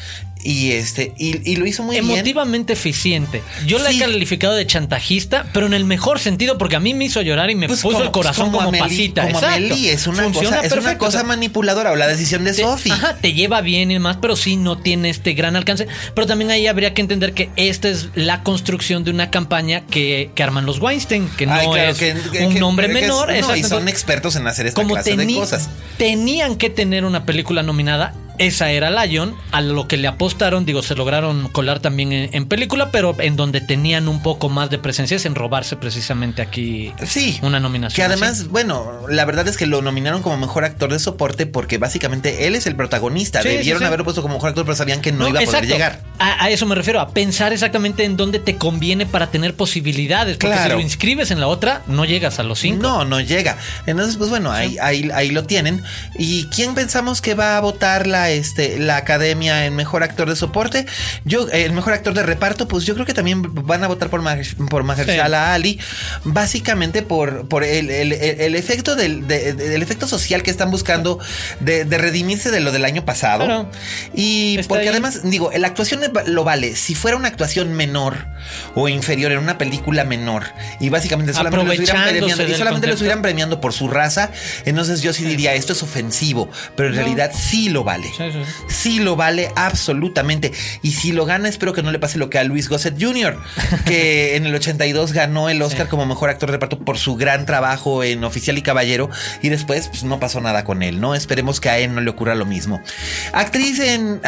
Y lo hizo muy bien. Emotivamente eficiente. Yo la he calificado de chantajista, pero en el mejor sentido, porque a mí me hizo llorar y me puso el corazón como pasita. Como Amelie, es una cosa manipuladora, o la decisión de Sophie. Ajá, te lleva bien y demás, pero sí no tiene este gran alcance. Pero también ahí habría que entender que esta es la construcción de una campaña que arman los Weinstein, que no es un nombre menor. Y son expertos en hacer esta clase de cosas. Tenían que tener una película nominada. Esa era Lion, a lo que le apostaron, se lograron colar también en película, pero en donde tenían un poco más de presencia es en robarse precisamente aquí una nominación. Que además, la verdad es que lo nominaron como mejor actor de soporte porque básicamente él es el protagonista. Debieron haberlo puesto como mejor actor, pero sabían que no iba a poder llegar. A eso me refiero, a pensar exactamente en dónde te conviene para tener posibilidades, porque si lo inscribes en la otra, no llegas a los 5. No llega. Entonces, pues ahí lo tienen. ¿Y quién pensamos que va a votar la academia en mejor actor de soporte? El mejor actor de reparto, pues yo creo que también van a votar por Mahershala Ali, básicamente por el efecto del efecto social que están buscando de redimirse de lo del año pasado. Claro. Y porque ahí. Además, la actuación lo vale. Si fuera una actuación menor o inferior en una película menor y básicamente solamente lo estuvieran premiando por su raza, entonces yo sí diría esto es ofensivo, pero en realidad sí lo vale. Sí lo vale absolutamente. Y si lo gana, espero que no le pase lo que a Louis Gossett Jr., que en el 82 ganó el Oscar como mejor actor de reparto por su gran trabajo en Oficial y Caballero, y después pues, no pasó nada con él, ¿no? Esperemos que a él no le ocurra lo mismo. Actriz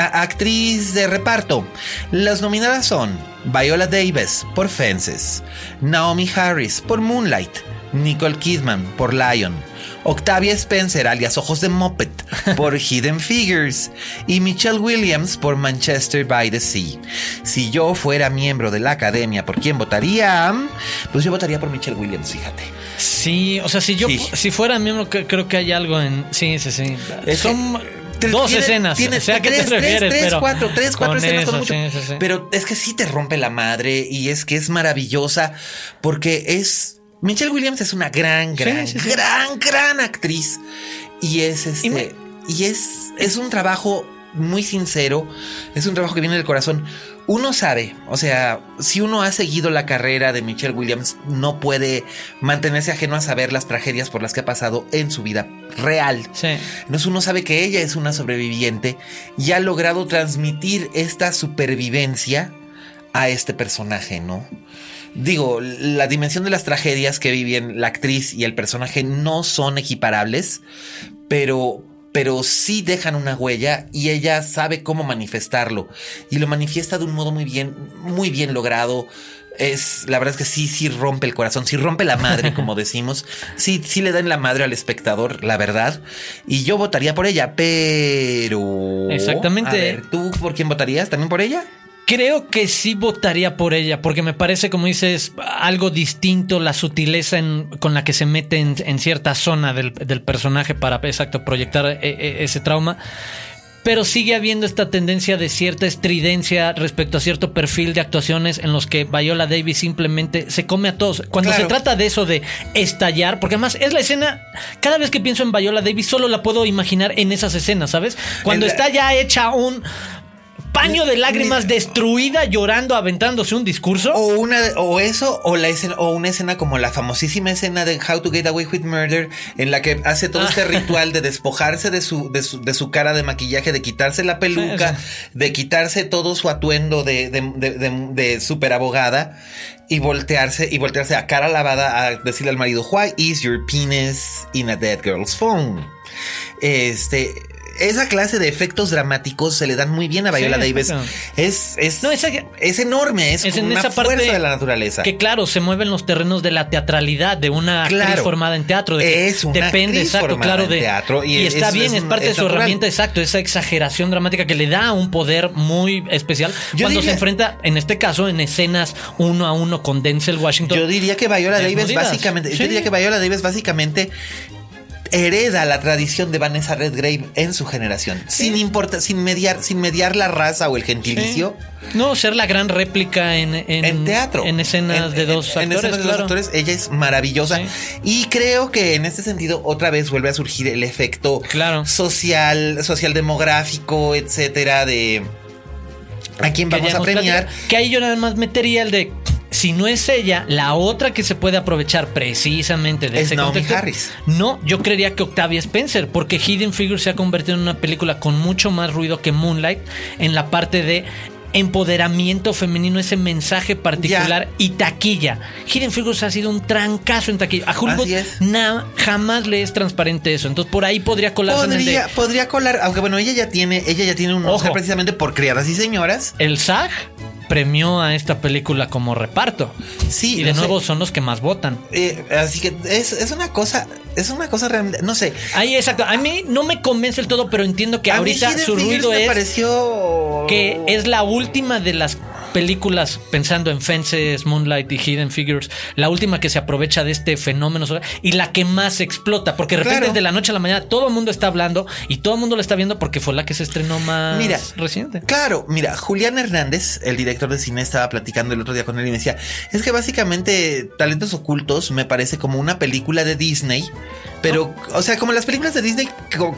de reparto. Las nominadas son Viola Davis por Fences, Naomi Harris por Moonlight, Nicole Kidman por Lion, Octavia Spencer, alias Ojos de Muppet, por Hidden Figures, y Michelle Williams por Manchester by the Sea. Si yo fuera miembro de la academia, ¿por quién votaría? Pues yo votaría por Michelle Williams, fíjate. Sí, o sea, si fuera miembro, creo que hay algo en... Sí. Son... Dos escenas. O sea, ¿qué te refieres? Tres, cuatro escenas con mucho. Sí. Pero es que sí te rompe la madre y es que es maravillosa porque es... Michelle Williams es una gran actriz y es es un trabajo muy sincero, es un trabajo que viene del corazón. Uno sabe, o sea, si uno ha seguido la carrera de Michelle Williams, no puede mantenerse ajeno a saber las tragedias por las que ha pasado en su vida real. Sí. Entonces uno sabe que ella es una sobreviviente y ha logrado transmitir esta supervivencia a este personaje, ¿no? La dimensión de las tragedias que viven la actriz y el personaje no son equiparables, pero sí dejan una huella y ella sabe cómo manifestarlo y lo manifiesta de un modo muy bien logrado. La verdad es que sí rompe el corazón, sí rompe la madre, como decimos. Sí le dan la madre al espectador, la verdad. Y yo votaría por ella, pero... Exactamente. A ver, ¿tú por quién votarías? ¿También por ella? Creo que sí votaría por ella, porque me parece, como dices, algo distinto la sutileza con la que se mete en cierta zona del personaje para, proyectar ese trauma. Pero sigue habiendo esta tendencia de cierta estridencia respecto a cierto perfil de actuaciones en los que Viola Davis simplemente se come a todos. Cuando se trata de eso de estallar, porque además es la escena, cada vez que pienso en Viola Davis solo la puedo imaginar en esas escenas, ¿sabes? Cuando está ya hecha un paño de lágrimas, destruida, llorando, aventándose un discurso. O una escena como la famosísima escena de How to Get Away with Murder, en la que hace todo este ritual de despojarse de su cara de maquillaje, de quitarse la peluca, de quitarse todo su atuendo de super abogada y voltearse a cara lavada a decirle al marido: "Why is your penis in a dead girl's phone?" esa clase de efectos dramáticos se le dan muy bien a Viola Davis. Es enorme, es en una esa fuerza parte de la naturaleza. Que claro, se mueven los terrenos de la teatralidad, de una actriz formada en teatro. Es una depende, actriz exacto, formada claro. en teatro. Y está bien, es parte de su herramienta, exacto, esa exageración dramática que le da un poder muy especial cuando se enfrenta, en este caso, en escenas 1 a 1 con Denzel Washington. Yo diría que Viola Davis básicamente hereda la tradición de Vanessa Redgrave en su generación, sin mediar la raza o el gentilicio. No, ser la gran réplica en teatro, en escenas de dos actores. En escenas de dos actores, ella es maravillosa. Y creo que en este sentido otra vez vuelve a surgir el efecto social demográfico, etcétera, de a quién vamos a premiar. Que ahí yo nada más metería el de, si no es ella, la otra que se puede aprovechar precisamente de ese contexto. Harris. No, yo creería que Octavia Spencer, porque Hidden Figures se ha convertido en una película con mucho más ruido que Moonlight en la parte de empoderamiento femenino, ese mensaje particular y taquilla. Hidden Figures ha sido un trancazo en taquilla. A Hollywood jamás le es transparente eso. Entonces por ahí podría colarse. Podría colar, aunque bueno, ella ya tiene un Oscar precisamente por Criadas y Señoras. El SAG premió a esta película como reparto. Sí. Y de nuevo son los que más votan. Así que es una cosa realmente, no sé. Ahí, exacto. A mí no me convence el todo, pero entiendo que ahorita su ruido es que es la última de las películas, pensando en Fences, Moonlight y Hidden Figures, la última que se aprovecha de este fenómeno y la que más explota, porque de repente de la noche a la mañana todo el mundo está hablando y todo el mundo la está viendo porque fue la que se estrenó más reciente. Claro, mira, Julián Hernández, el director de cine, estaba platicando el otro día con él y me decía, es que básicamente Talentos Ocultos me parece como una película de Disney, pero, o sea, como las películas de Disney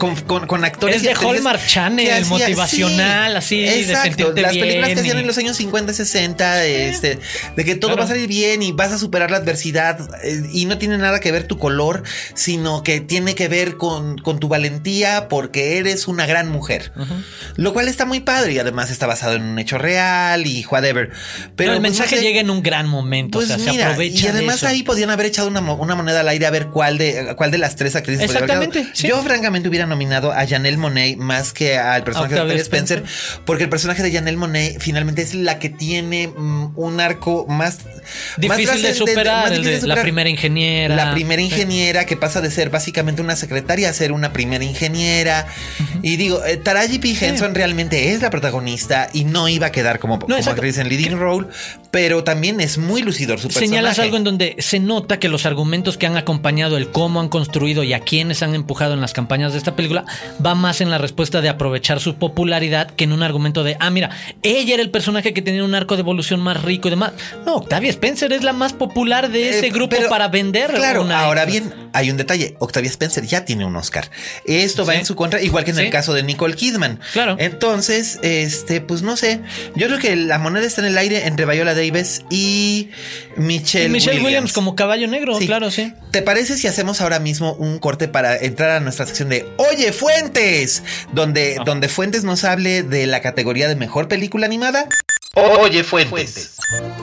con actores. Es de Hallmark Channel, motivacional, así, exacto, de las películas que hacían en los años 50, 60, de que todo va a salir bien y vas a superar la adversidad, y no tiene nada que ver tu color, sino que tiene que ver con tu valentía porque eres una gran mujer. Lo cual está muy padre y además está basado en un hecho real y whatever. Pero el mensaje llega en un gran momento, pues, o sea, mira, se aprovecha. Y además ahí podían haber echado una moneda al aire a ver cuál de las tres actrices. Exactamente. Yo francamente hubiera nominado a Janelle Monáe más que al personaje de Octavia Spencer, porque el personaje de Janelle Monáe finalmente es la que tiene un arco más difícil de superar, la primera ingeniera. La primera ingeniera que pasa de ser básicamente una secretaria a ser una primera ingeniera. Y digo, Taraji P. Henson realmente es la protagonista y no iba a quedar como actriz en leading role, pero también es muy lucidor su personaje. Señalas algo en donde se nota que los argumentos que han acompañado el cómo han construido y a quienes han empujado en las campañas de esta película va más en la respuesta de aprovechar su popularidad que en un argumento de, mira, ella era el personaje que tenía un arco de evolución más rico y demás. No, Octavia Spencer es la más popular de ese grupo para vender. Claro, ahora bien, hay un detalle. Octavia Spencer ya tiene un Oscar. Esto va en su contra, igual que en el caso de Nicole Kidman. Claro. Entonces, pues no sé. Yo creo que la moneda está en el aire entre Viola Davis y Michelle Williams como caballo negro, claro, sí. ¿Te parece si hacemos ahora mismo un corte para entrar a nuestra sección de Oye Fuentes, donde Fuentes nos hable de la categoría de mejor película animada? Oye Fuentes.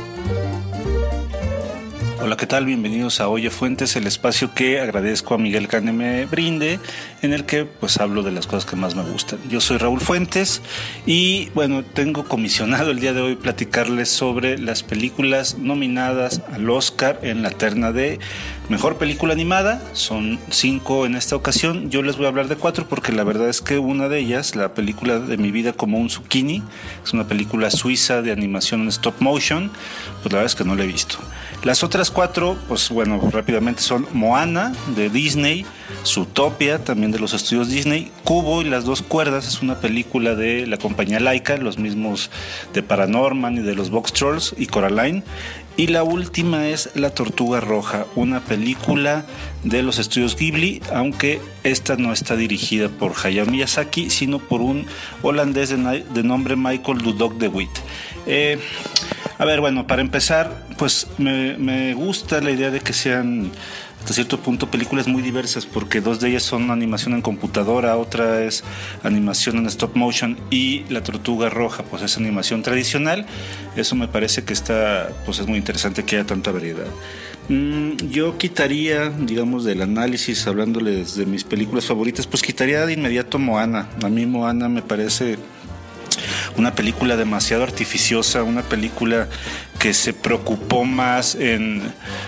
Hola, ¿qué tal? Bienvenidos a Oye Fuentes, el espacio que agradezco a Miguel Cane me brinde, en el que pues hablo de las cosas que más me gustan. Yo soy Raúl Fuentes y bueno, tengo comisionado el día de hoy platicarles sobre las películas nominadas al Oscar en la terna de Mejor Película Animada. Son 5 en esta ocasión. Yo les voy a hablar de 4 porque la verdad es que una de ellas, la película de Mi Vida como un Zucchini, es una película suiza de animación en stop motion, pues la verdad es que no la he visto. Las otras 4, pues bueno, rápidamente son Moana de Disney, Zootopia también de los estudios Disney, Kubo y las dos cuerdas, es una película de la compañía Laika, los mismos de Paranorman y de los Box Trolls, y Coraline. Y la última es La Tortuga Roja, una película de los estudios Ghibli, aunque esta no está dirigida por Hayao Miyazaki, sino por un holandés de nombre Michael Dudok de Witt. A ver, bueno, para empezar, pues me gusta la idea de que sean hasta cierto punto películas muy diversas, porque 2 de ellas son animación en computadora, otra es animación en stop motion y La Tortuga Roja pues es animación tradicional. Eso me parece que está, pues es muy interesante que haya tanta variedad. Yo quitaría, digamos, del análisis, hablándoles de mis películas favoritas, pues quitaría de inmediato Moana. A mí Moana me parece una película demasiado artificiosa, una película que se preocupó más en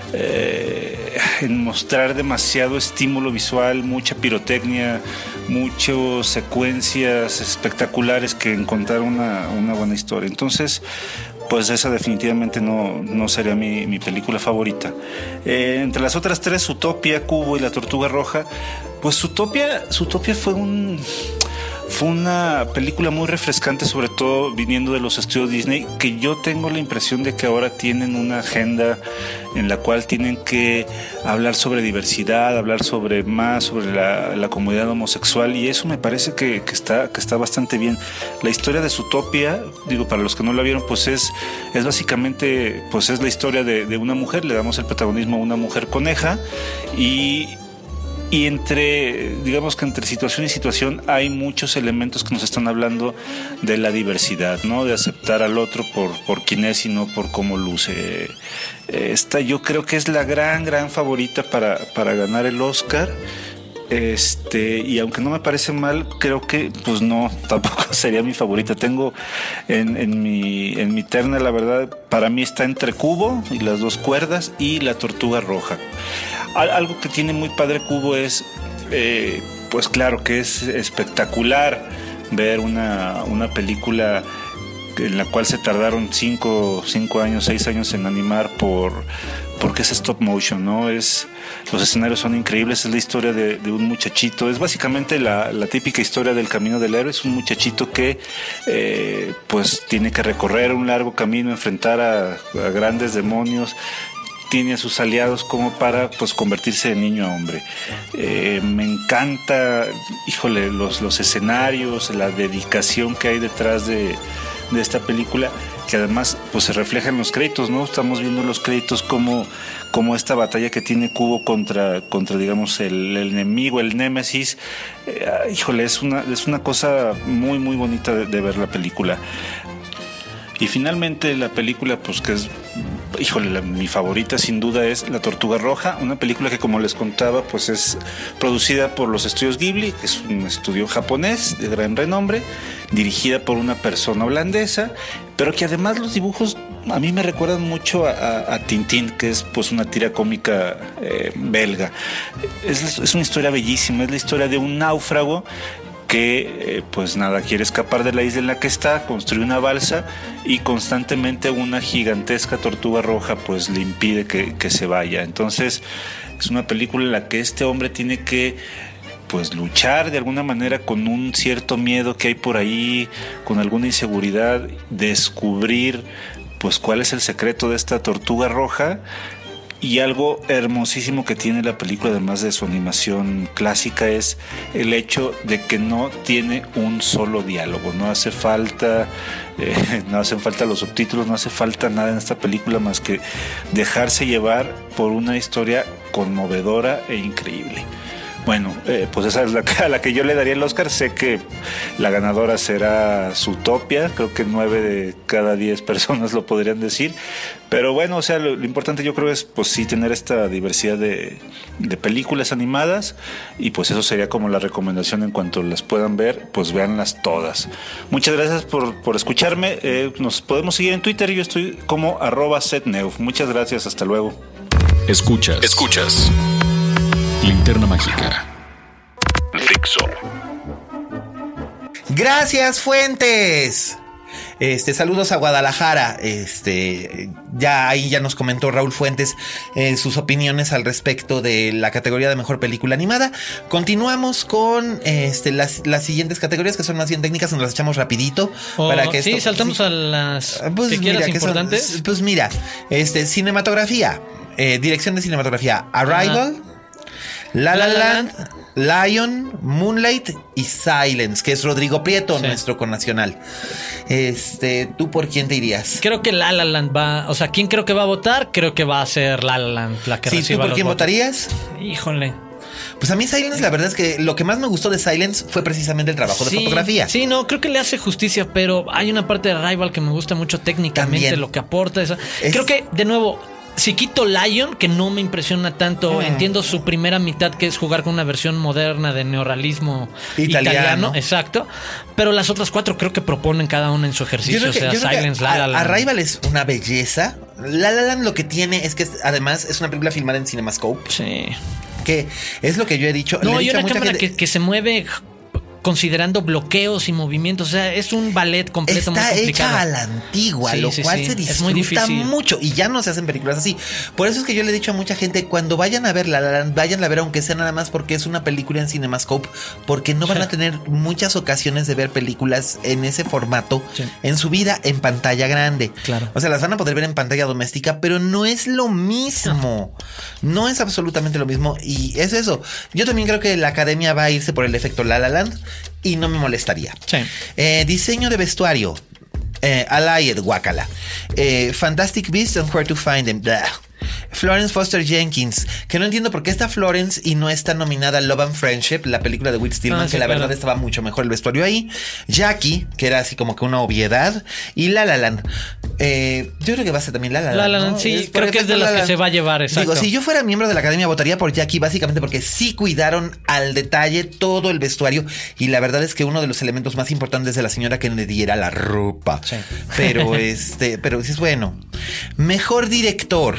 mostrar demasiado estímulo visual, mucha pirotecnia, muchas secuencias espectaculares que en contar una buena historia. Entonces, pues esa definitivamente no sería mi película favorita. Entre las otras tres, Zootopia, Kubo y La Tortuga Roja, pues Zootopia fue una película muy refrescante, sobre todo viniendo de los estudios Disney, que yo tengo la impresión de que ahora tienen una agenda en la cual tienen que hablar sobre diversidad, hablar sobre la comunidad homosexual, y eso me parece que está bastante bien. La historia de Zootopia, digo, para los que no la vieron, pues es básicamente, pues es la historia de una mujer. Le damos el protagonismo a una mujer coneja, y digamos que entre situación y situación hay muchos elementos que nos están hablando de la diversidad, ¿no? De aceptar al otro por quien es y no por cómo luce. Esta yo creo que es la gran favorita para ganar el Oscar. Y aunque no me parece mal, creo que pues no, tampoco sería mi favorita. Tengo en mi terna, la verdad, para mí está entre Kubo y Las Dos Cuerdas y La Tortuga Roja. Algo que tiene muy padre Kubo es, pues claro, que es espectacular ver una película en la cual se tardaron 5 años, 6 años en animar porque es stop motion, ¿no? Los escenarios son increíbles, es la historia de un muchachito, es básicamente la típica historia del camino del héroe. Es un muchachito que pues tiene que recorrer un largo camino, enfrentar a grandes demonios, tiene a sus aliados como para pues convertirse de niño a hombre. Me encanta, híjole, los escenarios, la dedicación que hay detrás de esta película, que además pues se refleja en los créditos, ¿no? Estamos viendo los créditos como esta batalla que tiene Kubo contra digamos el enemigo, el némesis. Híjole, es una cosa muy bonita de ver la película. Y finalmente la película, pues que es, híjole, mi favorita sin duda es La Tortuga Roja, una película que, como les contaba, pues es producida por los estudios Ghibli, que es un estudio japonés de gran renombre, dirigida por una persona holandesa, pero que además los dibujos a mí me recuerdan mucho a Tintín, que es pues una tira cómica belga. Es una historia bellísima, es la historia de un náufrago que pues nada, quiere escapar de la isla en la que está, construye una balsa y constantemente una gigantesca tortuga roja pues le impide que se vaya. Entonces es una película en la que este hombre tiene que pues luchar de alguna manera con un cierto miedo que hay por ahí, con alguna inseguridad, descubrir pues cuál es el secreto de esta tortuga roja. Y algo hermosísimo que tiene la película, además de su animación clásica, es el hecho de que no tiene un solo diálogo. No hace falta los subtítulos, no hace falta nada en esta película más que dejarse llevar por una historia conmovedora e increíble. Bueno, pues esa es a la que yo le daría el Oscar. Sé que la ganadora será Zootopia, creo que 9 de cada 10 personas lo podrían decir, pero bueno, o sea, lo importante yo creo es pues sí tener esta diversidad de películas animadas, y pues eso sería como la recomendación. En cuanto las puedan ver, pues véanlas todas. Muchas gracias por escucharme. Nos podemos seguir en Twitter, yo estoy como @setneuf. Muchas gracias, hasta luego. Escuchas Linterna Mágica. Dixo. Gracias, Fuentes. Saludos a Guadalajara. Ya nos comentó Raúl Fuentes sus opiniones al respecto de la categoría de mejor película animada. Continuamos con las siguientes categorías, que son más bien técnicas. Nos las echamos rapidito para que sí, saltamos a las pues que quieras mira, importantes. Pues mira, cinematografía, dirección de cinematografía: Arrival, La La Land, Lion, Moonlight y Silence, que es Rodrigo Prieto, sí, nuestro connacional. ¿Tú por quién te irías? Creo que La La Land va, o sea, ¿quién creo que va a votar? Creo que va a ser La La Land la que reciba. ¿Tú por quién votos votarías? Híjole. Pues a mí Silence, la verdad es que lo que más me gustó de Silence fue precisamente el trabajo de fotografía. Sí, no, creo que le hace justicia, pero hay una parte de Arrival que me gusta mucho técnicamente. También lo que aporta. Creo que, de nuevo, Si quito Lion, que no me impresiona tanto, entiendo su primera mitad, que es jugar con una versión moderna de neorrealismo italiano. Exacto. Pero las otras 4 creo que proponen cada una en su ejercicio. Silence, La La Land. Arrival es una belleza. La La Land lo que tiene es que además es una película filmada en CinemaScope. Sí. Que es lo que yo he dicho. No, hay una cámara que se mueve considerando bloqueos y movimientos. O sea, es un ballet completo. Está muy complicado. hecha a la antigua, lo cual se disfruta mucho. Y ya no se hacen películas así. Por eso es que yo le he dicho a mucha gente, cuando vayan a ver La La Land, vayan a ver aunque sea nada más porque es una película en CinemaScope, porque no van a tener muchas ocasiones de ver películas en ese formato en su vida en pantalla grande. Claro. O sea, las van a poder ver en pantalla doméstica, pero no es lo mismo. No es absolutamente lo mismo. Y es eso. Yo también creo que la academia va a irse por el efecto La La Land. Y no me molestaría. Sí. Diseño de vestuario. Allied, guácala. Fantastic Beasts and Where to Find Them. Blah. Florence Foster Jenkins, que no entiendo por qué está Florence y no está nominada Love and Friendship, la película de Whit Stillman, que la verdad estaba mucho mejor el vestuario ahí. Jackie, que era así como que una obviedad. Y La La Land. Yo creo que va a ser también La La Land. La La Land, ¿no? Sí, creo que es de las que se va a llevar, exacto. Digo, si yo fuera miembro de la academia, votaría por Jackie, básicamente porque sí cuidaron al detalle todo el vestuario. Y la verdad es que uno de los elementos más importantes de la señora Kennedy era la ropa. Sí. Pero pero sí es bueno. Mejor director.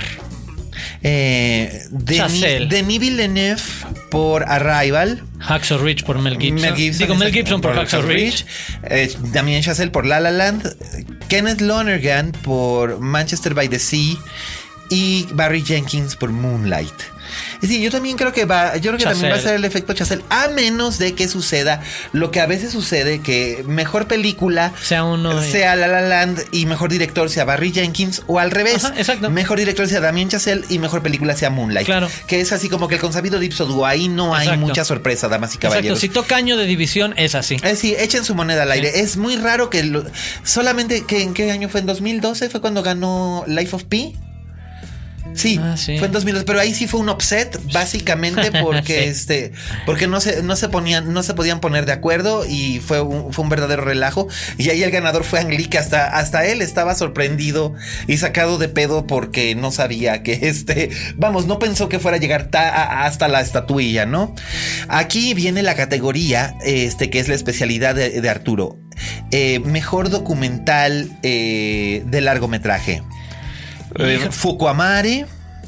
Denis Villeneuve por Arrival. Hacksaw Ridge por Mel Gibson. Mel Gibson por Hacksaw Ridge. Damien Chazelle por La La Land. Kenneth Lonergan por Manchester by the Sea. Y Barry Jenkins por Moonlight. Es decir, yo también creo que también va a ser el efecto Chazelle, a menos de que suceda lo que a veces sucede, que mejor película sea La La Land y mejor director sea Barry Jenkins, o al revés. Ajá, exacto. Mejor director sea Damien Chazelle y mejor película sea Moonlight. Claro. Que es así como que el consabido Dipsoduo, ahí no hay mucha sorpresa, damas y caballeros. Exacto, si toca año de división es así. Sí, echen su moneda al aire. Es muy raro que solamente que ¿en qué año fue? ¿En 2012? ¿Fue cuando ganó Life of Pi? Sí, fue en 2002, pero ahí sí fue un upset, básicamente porque porque no se podían poner de acuerdo y fue un verdadero relajo. Y ahí el ganador fue Ang Lee, que hasta él estaba sorprendido y sacado de pedo porque no sabía que no pensó que fuera a llegar hasta la estatuilla, ¿no? Aquí viene la categoría que es la especialidad de Arturo. Mejor documental de largometraje. Fukuamare,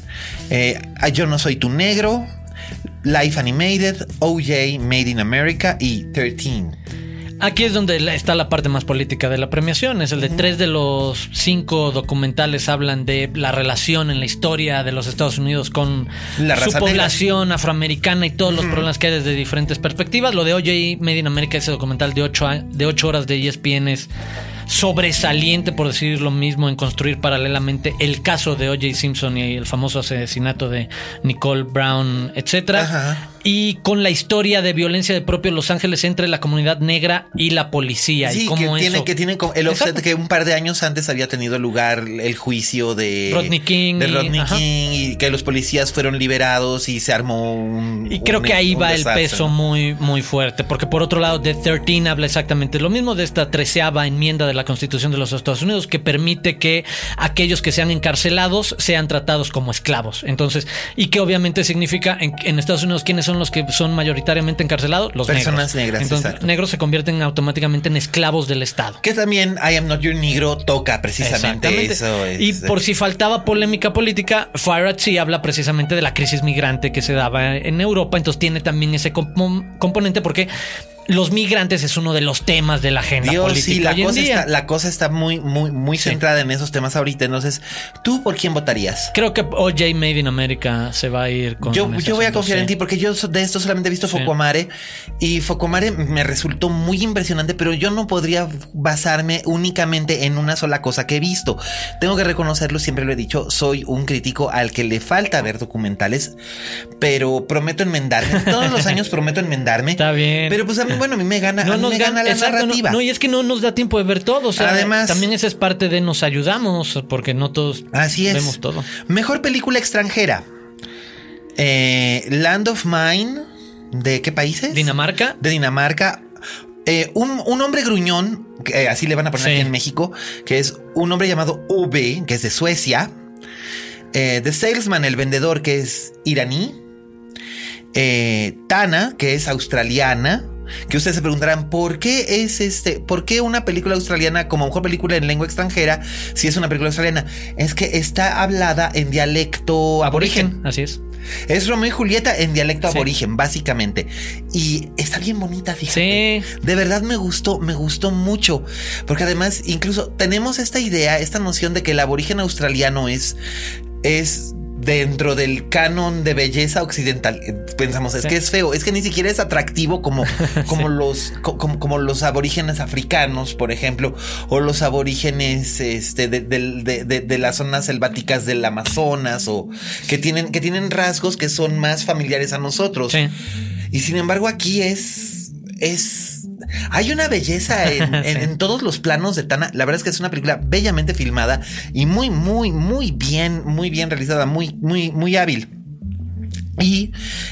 Yo no soy tu negro, Life Animated, OJ, Made in America y 13. Aquí es donde está la parte más política de la premiación. Es el de 3 de los 5 documentales hablan de la relación en la historia de los Estados Unidos con su población afroamericana y todos los problemas que hay desde diferentes perspectivas. Lo de OJ, Made in America, ese documental de 8 horas de ESPN, es sobresaliente, por decir lo mismo, en construir paralelamente el caso de O.J. Simpson y el famoso asesinato de Nicole Brown, etcétera. Ajá. Y con la historia de violencia de propio Los Ángeles entre la comunidad negra y la policía. Sí, y cómo que tiene el offset que un par de años antes había tenido lugar el juicio de Rodney King. Y que los policías fueron liberados y se armó y creo que ahí va desastre, el peso, ¿no? muy, muy fuerte. Porque por otro lado, The 13 habla exactamente lo mismo, de esta 13ª enmienda de la Constitución de los Estados Unidos, que permite que aquellos que sean encarcelados sean tratados como esclavos. Entonces, y que obviamente significa en Estados Unidos, ¿quiénes son los que son mayoritariamente encarcelados? Los personas negras. Entonces, exacto. Negros se convierten automáticamente en esclavos del Estado. Que también I Am Not Your Negro toca precisamente eso. Y por si faltaba polémica política, Fire at Sea habla precisamente de la crisis migrante que se daba en Europa. Entonces tiene también ese componente, porque los migrantes es uno de los temas de la agenda política. Sí, la cosa está muy, muy, muy centrada en esos temas ahorita. Entonces, ¿tú por quién votarías? Creo que O.J. Made in America se va a ir con yo voy a confiar en ti, porque yo de esto solamente he visto Fukuamare. Y Fukuamare me resultó muy impresionante, pero yo no podría basarme únicamente en una sola cosa que he visto. Tengo que reconocerlo, siempre lo he dicho, soy un crítico al que le falta ver documentales, pero prometo enmendarme. Todos los años prometo enmendarme. Está bien. Pero pues a mí me gana la narrativa. No, y es que no nos da tiempo de ver todo. O sea, además, también esa es parte de nos ayudamos, porque no todos vemos todo. Mejor película extranjera. Land of Mine. ¿De qué países? Dinamarca. De Dinamarca. Un hombre gruñón, que así le van a poner aquí en México, que es un hombre llamado V, que es de Suecia. The Salesman, el vendedor, que es iraní. Tana, que es australiana. Que ustedes se preguntarán, ¿por qué por qué una película australiana como mejor película en lengua extranjera si es una película australiana? Es que está hablada en dialecto aborigen. Así es. Es Romeo y Julieta en dialecto aborigen, básicamente. Y está bien bonita, fíjate. Sí. De verdad me gustó mucho. Porque además, incluso tenemos esta idea, esta noción de que el aborigen australiano es dentro del canon de belleza occidental. Pensamos, es que es feo, es que ni siquiera es atractivo como los aborígenes africanos, por ejemplo, o los aborígenes de las zonas selváticas del Amazonas, o que tienen rasgos que son más familiares a nosotros. Sí. Y sin embargo, aquí hay una belleza en todos los planos de Tana. La verdad es que es una película bellamente filmada y muy bien realizada, muy hábil. Y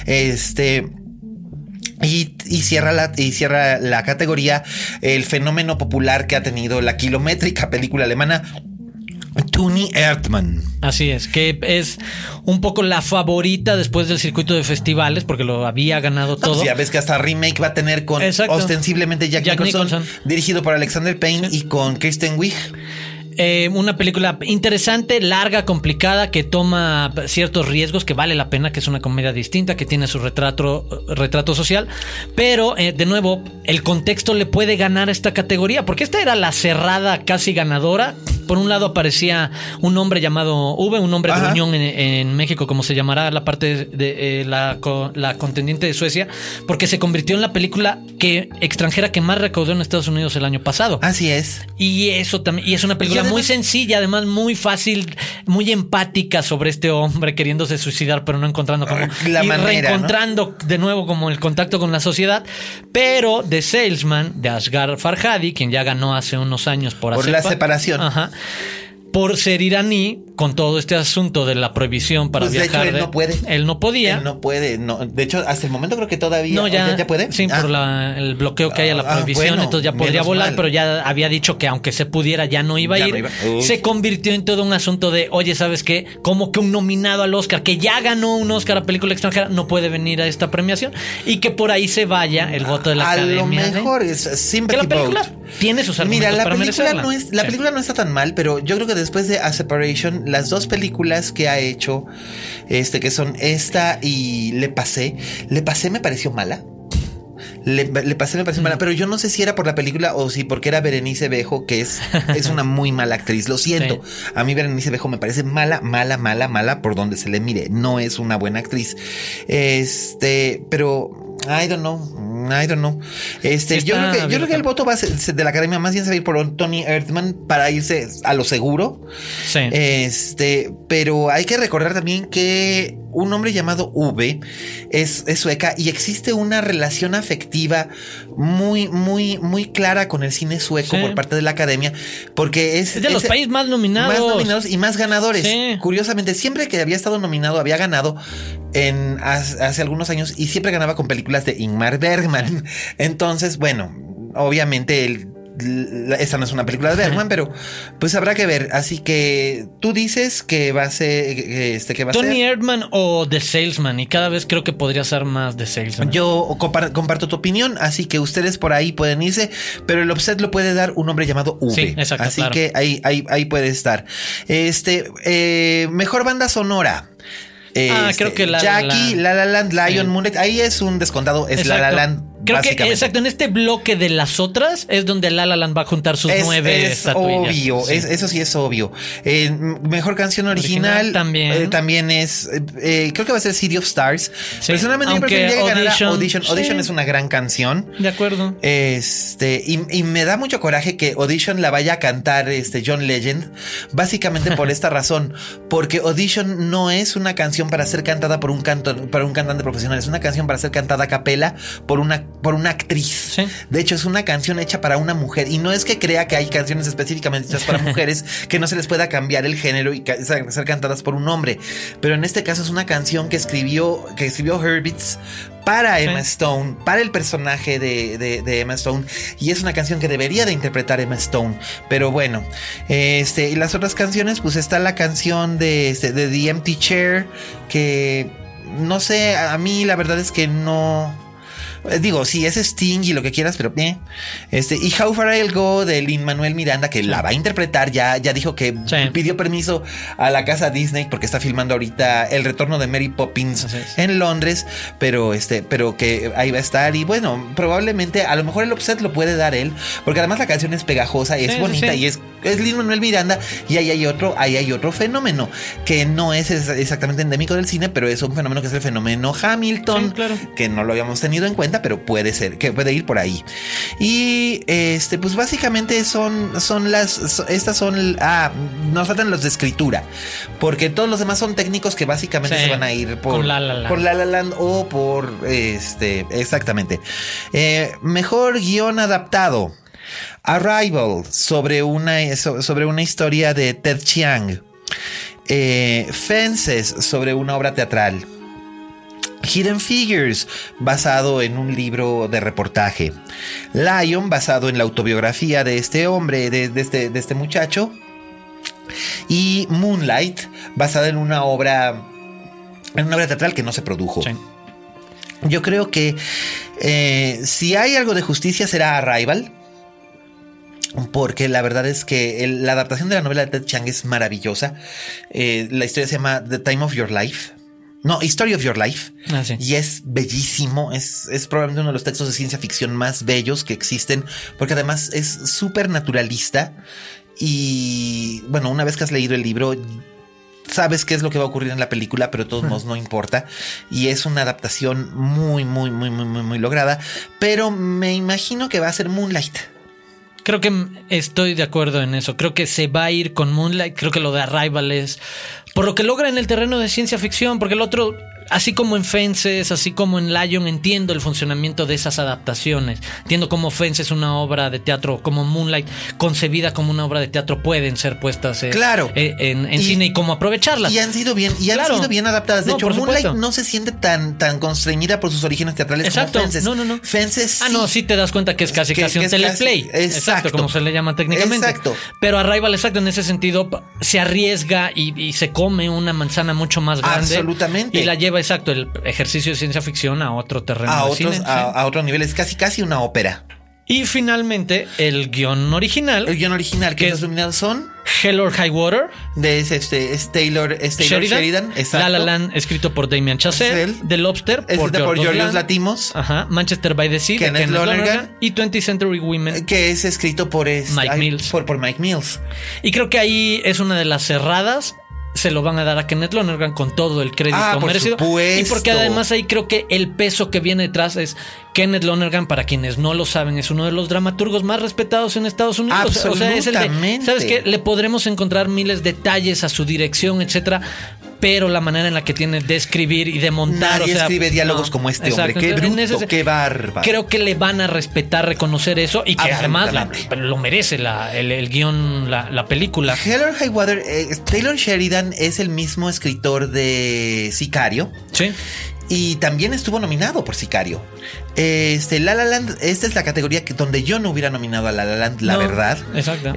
cierra la categoría el fenómeno popular que ha tenido la kilométrica película alemana Toni Erdmann. Así es, que es un poco la favorita después del circuito de festivales, porque lo había ganado todo. Pues ya ves que hasta remake va a tener con ostensiblemente Jack Nicholson, dirigido por Alexander Payne y con Kristen Wiig. Una película interesante, larga, complicada, que toma ciertos riesgos, que vale la pena, que es una comedia distinta, que tiene su retrato social, pero de nuevo el contexto le puede ganar esta categoría, porque esta era la cerrada casi ganadora. Por un lado aparecía un hombre llamado V, un hombre gruñón en México, como se llamará la parte de la contendiente de Suecia, porque se convirtió en la película extranjera que más recaudó en Estados Unidos el año pasado. Así es. Y eso también, y es una película muy sencilla, además muy fácil, muy empática sobre este hombre queriéndose suicidar, pero no encontrando como la manera, reencontrando, ¿no?, de nuevo como el contacto con la sociedad. Pero The Salesman de Asghar Farhadi, quien ya ganó hace unos años por la separación. Ajá. Por ser iraní, con todo este asunto de la prohibición para viajar. De hecho, él no puede. Él no podía. Él no puede. No. De hecho, hasta el momento creo que todavía. No, ya puede. Sí, por el bloqueo que hay a la prohibición. Bueno, entonces ya podría volar, mal. Pero ya había dicho que aunque se pudiera, ya no iba a ir. Se convirtió en todo un asunto de, oye, ¿sabes qué? Como que un nominado al Oscar, que ya ganó un Oscar a película extranjera, no puede venir a esta premiación. Y que por ahí se vaya el voto de la academia. A lo mejor es sympathy que la película vote. Tiene sus argumentos. Mira, para merecerla. La película no está tan mal, pero yo creo que después de A Separation, las dos películas que ha hecho, que son esta y Le Passé me pareció mala. Le Passé me pareció mala, pero yo no sé si era por la película o si porque era Berenice Bejo, que es una muy mala actriz. Lo siento. Sí. A mí Berenice Bejo me parece mala por donde se le mire. No es una buena actriz. Pero I don't know. Yo creo que el voto de la academia más bien se va a ir por Toni Erdmann para irse a lo seguro. Sí. Pero hay que recordar también que un hombre llamado V es sueca y existe una relación afectiva muy clara con el cine sueco, sí, por parte de la academia, porque es de los países más nominados y más ganadores. Sí. Curiosamente, siempre que había estado nominado había ganado hace algunos años y siempre ganaba con películas de Ingmar Bergman. Entonces, bueno, obviamente esta no es una película de Bergman, pero pues habrá que ver. Así que tú dices que va a ser que va a ser Toni Erdmann o The Salesman, y cada vez creo que podría ser más The Salesman. Yo comparto tu opinión, así que ustedes por ahí pueden irse, pero el offset lo puede dar un hombre llamado V. Sí, exacto, así claro. Que ahí puede estar. Mejor banda sonora. Creo que Jackie, La La Land, Lion, sí, Moonlight. Ahí es un descontado, es La La Land. Creo que exacto, en este bloque de las otras es donde La La Land va a juntar sus 9 estatuillas. Obvio, sí. Eso sí es obvio. Mejor canción original también es creo que va a ser City of Stars. Sí, personalmente yo preferiría que ganara Audition. Sí. Audition es una gran canción. De acuerdo. Y me da mucho coraje que Audition la vaya a cantar John Legend, básicamente por esta razón, porque Audition no es una canción para ser cantada por un cantante profesional, es una canción para ser cantada a capela por una una actriz. Sí. De hecho, es una canción hecha para una mujer. Y no es que crea que hay canciones específicamente hechas para mujeres que no se les pueda cambiar el género y ser cantadas por un hombre. Pero en este caso es una canción que escribió Hurwitz para Emma Stone, para el personaje de Emma Stone, y es una canción que debería de interpretar Emma Stone. Pero bueno, y las otras canciones, pues está la canción de The Empty Chair, que no sé, a mí la verdad es que no. Digo, sí, es Sting y lo que quieras, pero y How Far I'll Go de Lin-Manuel Miranda, que la va a interpretar, ya dijo que pidió permiso a la casa Disney porque está filmando ahorita El Retorno de Mary Poppins en Londres, pero que ahí va a estar. Y bueno, probablemente a lo mejor el offset lo puede dar él, porque además la canción es pegajosa y es bonita, y es Lin-Manuel Miranda, y ahí hay otro fenómeno que no es exactamente endémico del cine, pero es un fenómeno que es el fenómeno Hamilton, que no lo habíamos tenido en cuenta, pero puede ser, que puede ir por ahí. Y pues básicamente nos faltan los de escritura, porque todos los demás son técnicos que básicamente se van a ir por La La Land o por exactamente. Mejor guión adaptado: Arrival, sobre una historia de Ted Chiang. Fences, sobre una obra teatral. Hidden Figures, basado en un libro de reportaje. Lion, basado en la autobiografía de este hombre, de este muchacho. Y Moonlight, basada en una obra teatral que no se produjo. Sí. Yo creo que si hay algo de justicia será Arrival, porque la verdad es que la adaptación de la novela de Ted Chiang es maravillosa. La historia se llama The Time of Your Life. No, History of Your Life. Sí. Y es bellísimo. Es probablemente uno de los textos de ciencia ficción más bellos que existen, porque además es súper naturalista. Y bueno, una vez que has leído el libro, sabes qué es lo que va a ocurrir en la película, pero de todos modos no importa. Y es una adaptación muy, muy, muy, muy, muy, muy lograda. Pero me imagino que va a ser Moonlight. Creo que estoy de acuerdo en eso. Creo que se va a ir con Moonlight. Creo que lo de Arrival es por lo que logra en el terreno de ciencia ficción, porque el otro, así como en Fences, así como en Lion, entiendo el funcionamiento de esas adaptaciones. Entiendo cómo Fences, una obra de teatro, como Moonlight, concebida como una obra de teatro, pueden ser puestas en cine y cómo aprovecharlas. Y han sido bien, adaptadas. De hecho, Moonlight no se siente tan constreñida por sus orígenes teatrales como Fences. No. Fences sí. No, sí te das cuenta que es casi un teleplay. Exacto, como se le llama técnicamente. Exacto. Pero Arrival, en ese sentido, se arriesga y se come una manzana mucho más grande. Absolutamente. Y la lleva, el ejercicio de ciencia ficción a otro terreno. A otro nivel. Es casi una ópera. Y finalmente, el guión original. Que los nominados son Hell or High Water, es Taylor Sheridan. La La Land, escrito por Damien Chazelle. The Lobster, por Yorgos Lanthimos. Manchester by the Sea, de Kenneth Lonergan. Y 20th Century Women, que es escrito por Mike Mills. Por Mike Mills. Y creo que ahí es una de las cerradas. Se lo van a dar a Kenneth Lonergan con todo el crédito merecido. Supuesto. Y porque además ahí creo que el peso que viene detrás es Kenneth Lonergan, para quienes no lo saben, es uno de los dramaturgos más respetados en Estados Unidos. Absolutamente. O sea, es el de, ¿sabes qué? Le podremos encontrar miles de detalles a su dirección, etcétera, pero la manera en la que tiene de escribir y de montar. Nadie escribe diálogos como este hombre. Qué bruto, qué bárbaro. Creo que le van a respetar, reconocer eso, y que además lo merece el guión, la película. Hell or High Water, Taylor Sheridan es el mismo escritor de Sicario. Sí. Y también estuvo nominado por Sicario. La La Land, esta es la categoría donde yo no hubiera nominado a La La Land, la verdad. Exacto.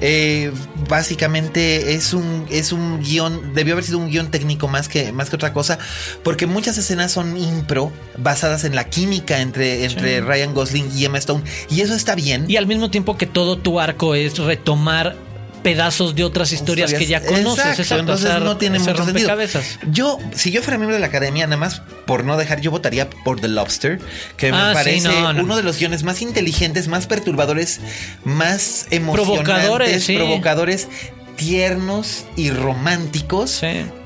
Básicamente es un guión, debió haber sido un guión técnico más que otra cosa, porque muchas escenas son impro, basadas en la química entre Ryan Gosling y Emma Stone, y eso está bien. Y al mismo tiempo que todo tu arco es retomar pedazos de otras historias que ya conoces. Exacto. Entonces no tiene mucho sentido. Si yo fuera miembro de la academia, nada más por no dejar, yo votaría por The Lobster, que me parece uno de los guiones más inteligentes, más perturbadores, más emocionantes, provocadores, tiernos y románticos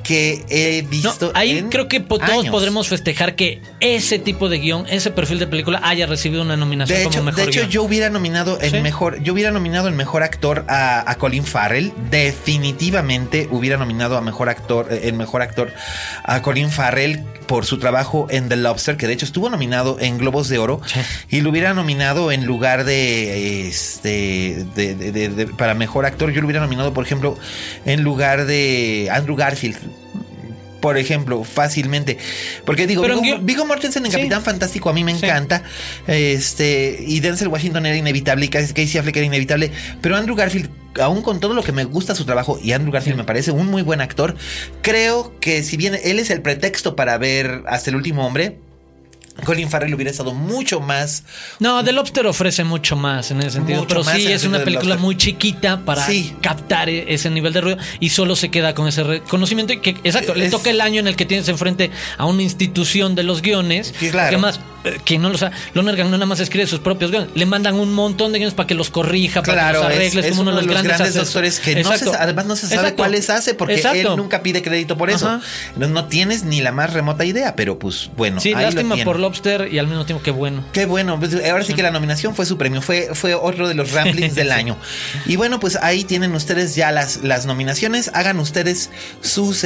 que he visto. Ahí creo que todos podremos festejar que ese tipo de guión, ese perfil de película haya recibido una nominación como mejor guión. De hecho, yo hubiera nominado en mejor actor a Colin Farrell. Definitivamente hubiera nominado a mejor actor a Colin Farrell por su trabajo en The Lobster, que de hecho estuvo nominado en Globos de Oro, y lo hubiera nominado en lugar de para mejor actor. Yo lo hubiera nominado, por ejemplo, en lugar de Andrew Garfield, por ejemplo, fácilmente. Porque digo, Viggo Mortensen en Capitán Fantástico a mí me encanta. Y Denzel Washington era inevitable, y Casey Affleck era inevitable. Pero Andrew Garfield, aún con todo lo que me gusta su trabajo, y Andrew Garfield me parece un muy buen actor, creo que si bien él es el pretexto para ver Hasta el último hombre, Colin Farrell hubiera estado mucho más. No, The Lobster ofrece mucho más en ese sentido. Pero sí, es una película muy chiquita para captar ese nivel de ruido, y solo se queda con ese reconocimiento. Y que, exacto, le toca el año en el que tienes enfrente a una institución de los guiones. Sí, claro. Que más, quien no lo sabe, Lonergan no nada más escribe sus propios guiones. Le mandan un montón de guiones para que los corrija, para que los arregle. Es como uno de los grandes doctores que además no se sabe cuáles hace, porque él nunca pide crédito por eso. No tienes ni la más remota idea, pero pues bueno. Sí, lástima por Lobster, y al mismo tiempo qué bueno. Qué bueno. Ahora sí que la nominación fue su premio, fue otro de los ramblings del año. Y bueno, pues ahí tienen ustedes ya las nominaciones. Hagan ustedes sus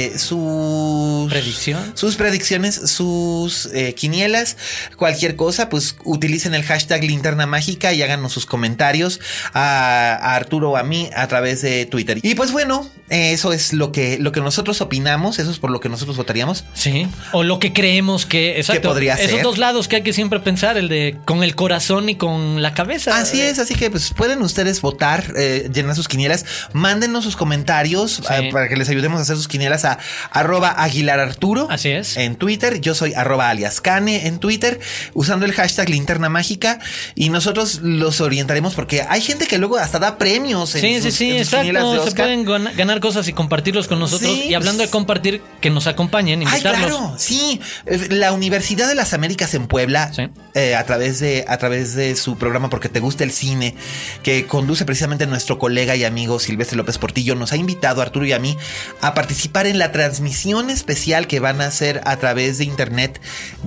predicciones, sus quinielas, cualquier cosa, pues utilicen el hashtag Linterna Mágica y háganos sus comentarios a Arturo o a mí a través de Twitter. Y pues bueno, eso es lo que nosotros opinamos, eso es por lo que nosotros votaríamos. Sí, o lo que creemos que podría ser. Esos dos lados que hay que siempre pensar, el de con el corazón y con la cabeza. Así es, así que pues pueden ustedes votar, llenar sus quinielas, mándenos sus comentarios para que les ayudemos a hacer sus quinielas a @AguilarArturo. Así es. En Twitter, yo soy @aliascane en Twitter, usando el hashtag Linterna Mágica, y nosotros los orientaremos porque hay gente que luego hasta da premios en sus quinielas de Oscar. Se pueden ganar cosas y compartirlos con nosotros. Y hablando de compartir, que nos acompañen, invitarlos. Claro, sí. La Universidad de las Américas en Puebla, a través de su programa Porque Te Gusta el Cine, que conduce precisamente nuestro colega y amigo Silvestre López Portillo, nos ha invitado a Arturo y a mí a participar en la transmisión especial que van a hacer a través de internet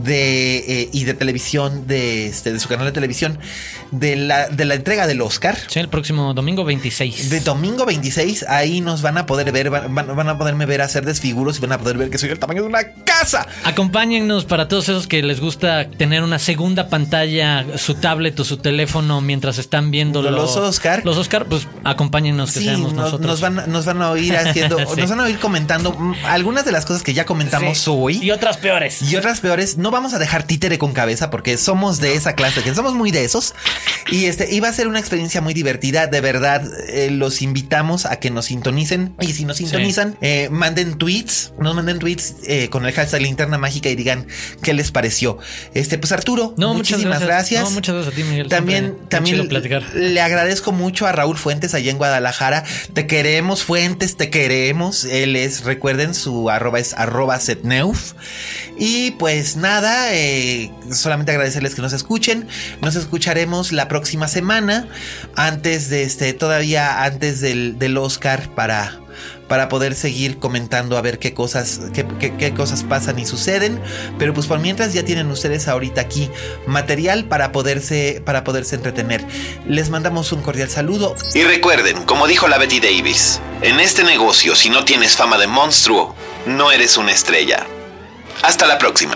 y de televisión, de su canal de televisión, de la entrega del Oscar. Sí, el próximo domingo 26. De domingo 26, ahí nos van a poder ver, van a poderme ver hacer desfiguros, y van a poder ver que soy el tamaño de una casa. Acompáñennos para todos esos que les gusta tener una segunda pantalla, su tablet o su teléfono mientras están viendo los Oscar. Los Oscar, pues acompáñennos, que seamos nosotros. Nos van a oír haciendo, nos van a oír comentando algunas de las cosas que ya comentamos hoy. Y otras peores. No vamos a dejar títere con cabeza porque somos de esa clase, que somos muy de esos. Y va a ser una experiencia muy divertida, de verdad. Los invitamos a que nos sintonicen, y si nos sintonizan, manden tweets con el hashtag Linterna Mágica y digan qué les pareció. Pues Arturo, muchísimas gracias. No, muchas gracias a ti, Miguel. También le agradezco mucho a Raúl Fuentes allá en Guadalajara. Te queremos, Fuentes, te queremos. Él es, recuerden, su @ es @setneuf. Y pues nada, solamente agradecerles que nos escuchen. Nos escucharemos la próxima semana, antes de todavía antes del Oscar, para poder seguir comentando a ver qué cosas pasan y suceden. Pero pues por mientras ya tienen ustedes ahorita aquí material para poderse entretener. Les mandamos un cordial saludo. Y recuerden, como dijo la Betty Davis, en este negocio, si no tienes fama de monstruo, no eres una estrella. Hasta la próxima.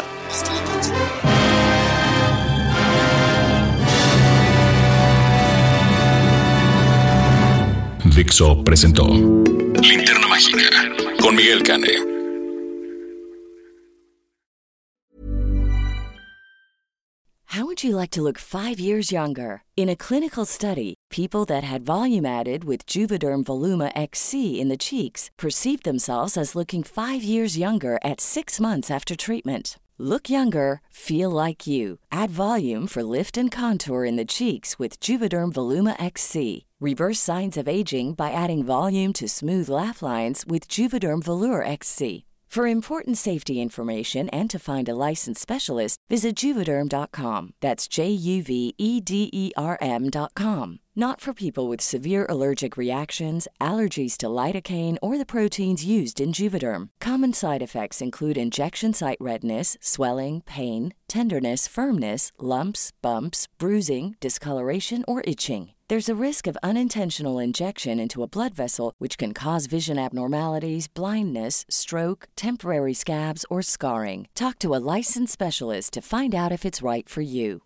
Dixo presentó Linterna Mágica con Miguel Cane. How would you like to look 5 years younger? In a clinical study, people that had volume added with Juvederm Voluma XC in the cheeks perceived themselves as looking 5 years younger at 6 months after treatment. Look younger, feel like you. Add volume for lift and contour in the cheeks with Juvederm Voluma XC. Reverse signs of aging by adding volume to smooth laugh lines with Juvederm Volure XC. For important safety information and to find a licensed specialist, visit Juvederm.com. That's JUVEDERM.com. Not for people with severe allergic reactions, allergies to lidocaine, or the proteins used in Juvederm. Common side effects include injection site redness, swelling, pain, tenderness, firmness, lumps, bumps, bruising, discoloration, or itching. There's a risk of unintentional injection into a blood vessel, which can cause vision abnormalities, blindness, stroke, temporary scabs, or scarring. Talk to a licensed specialist to find out if it's right for you.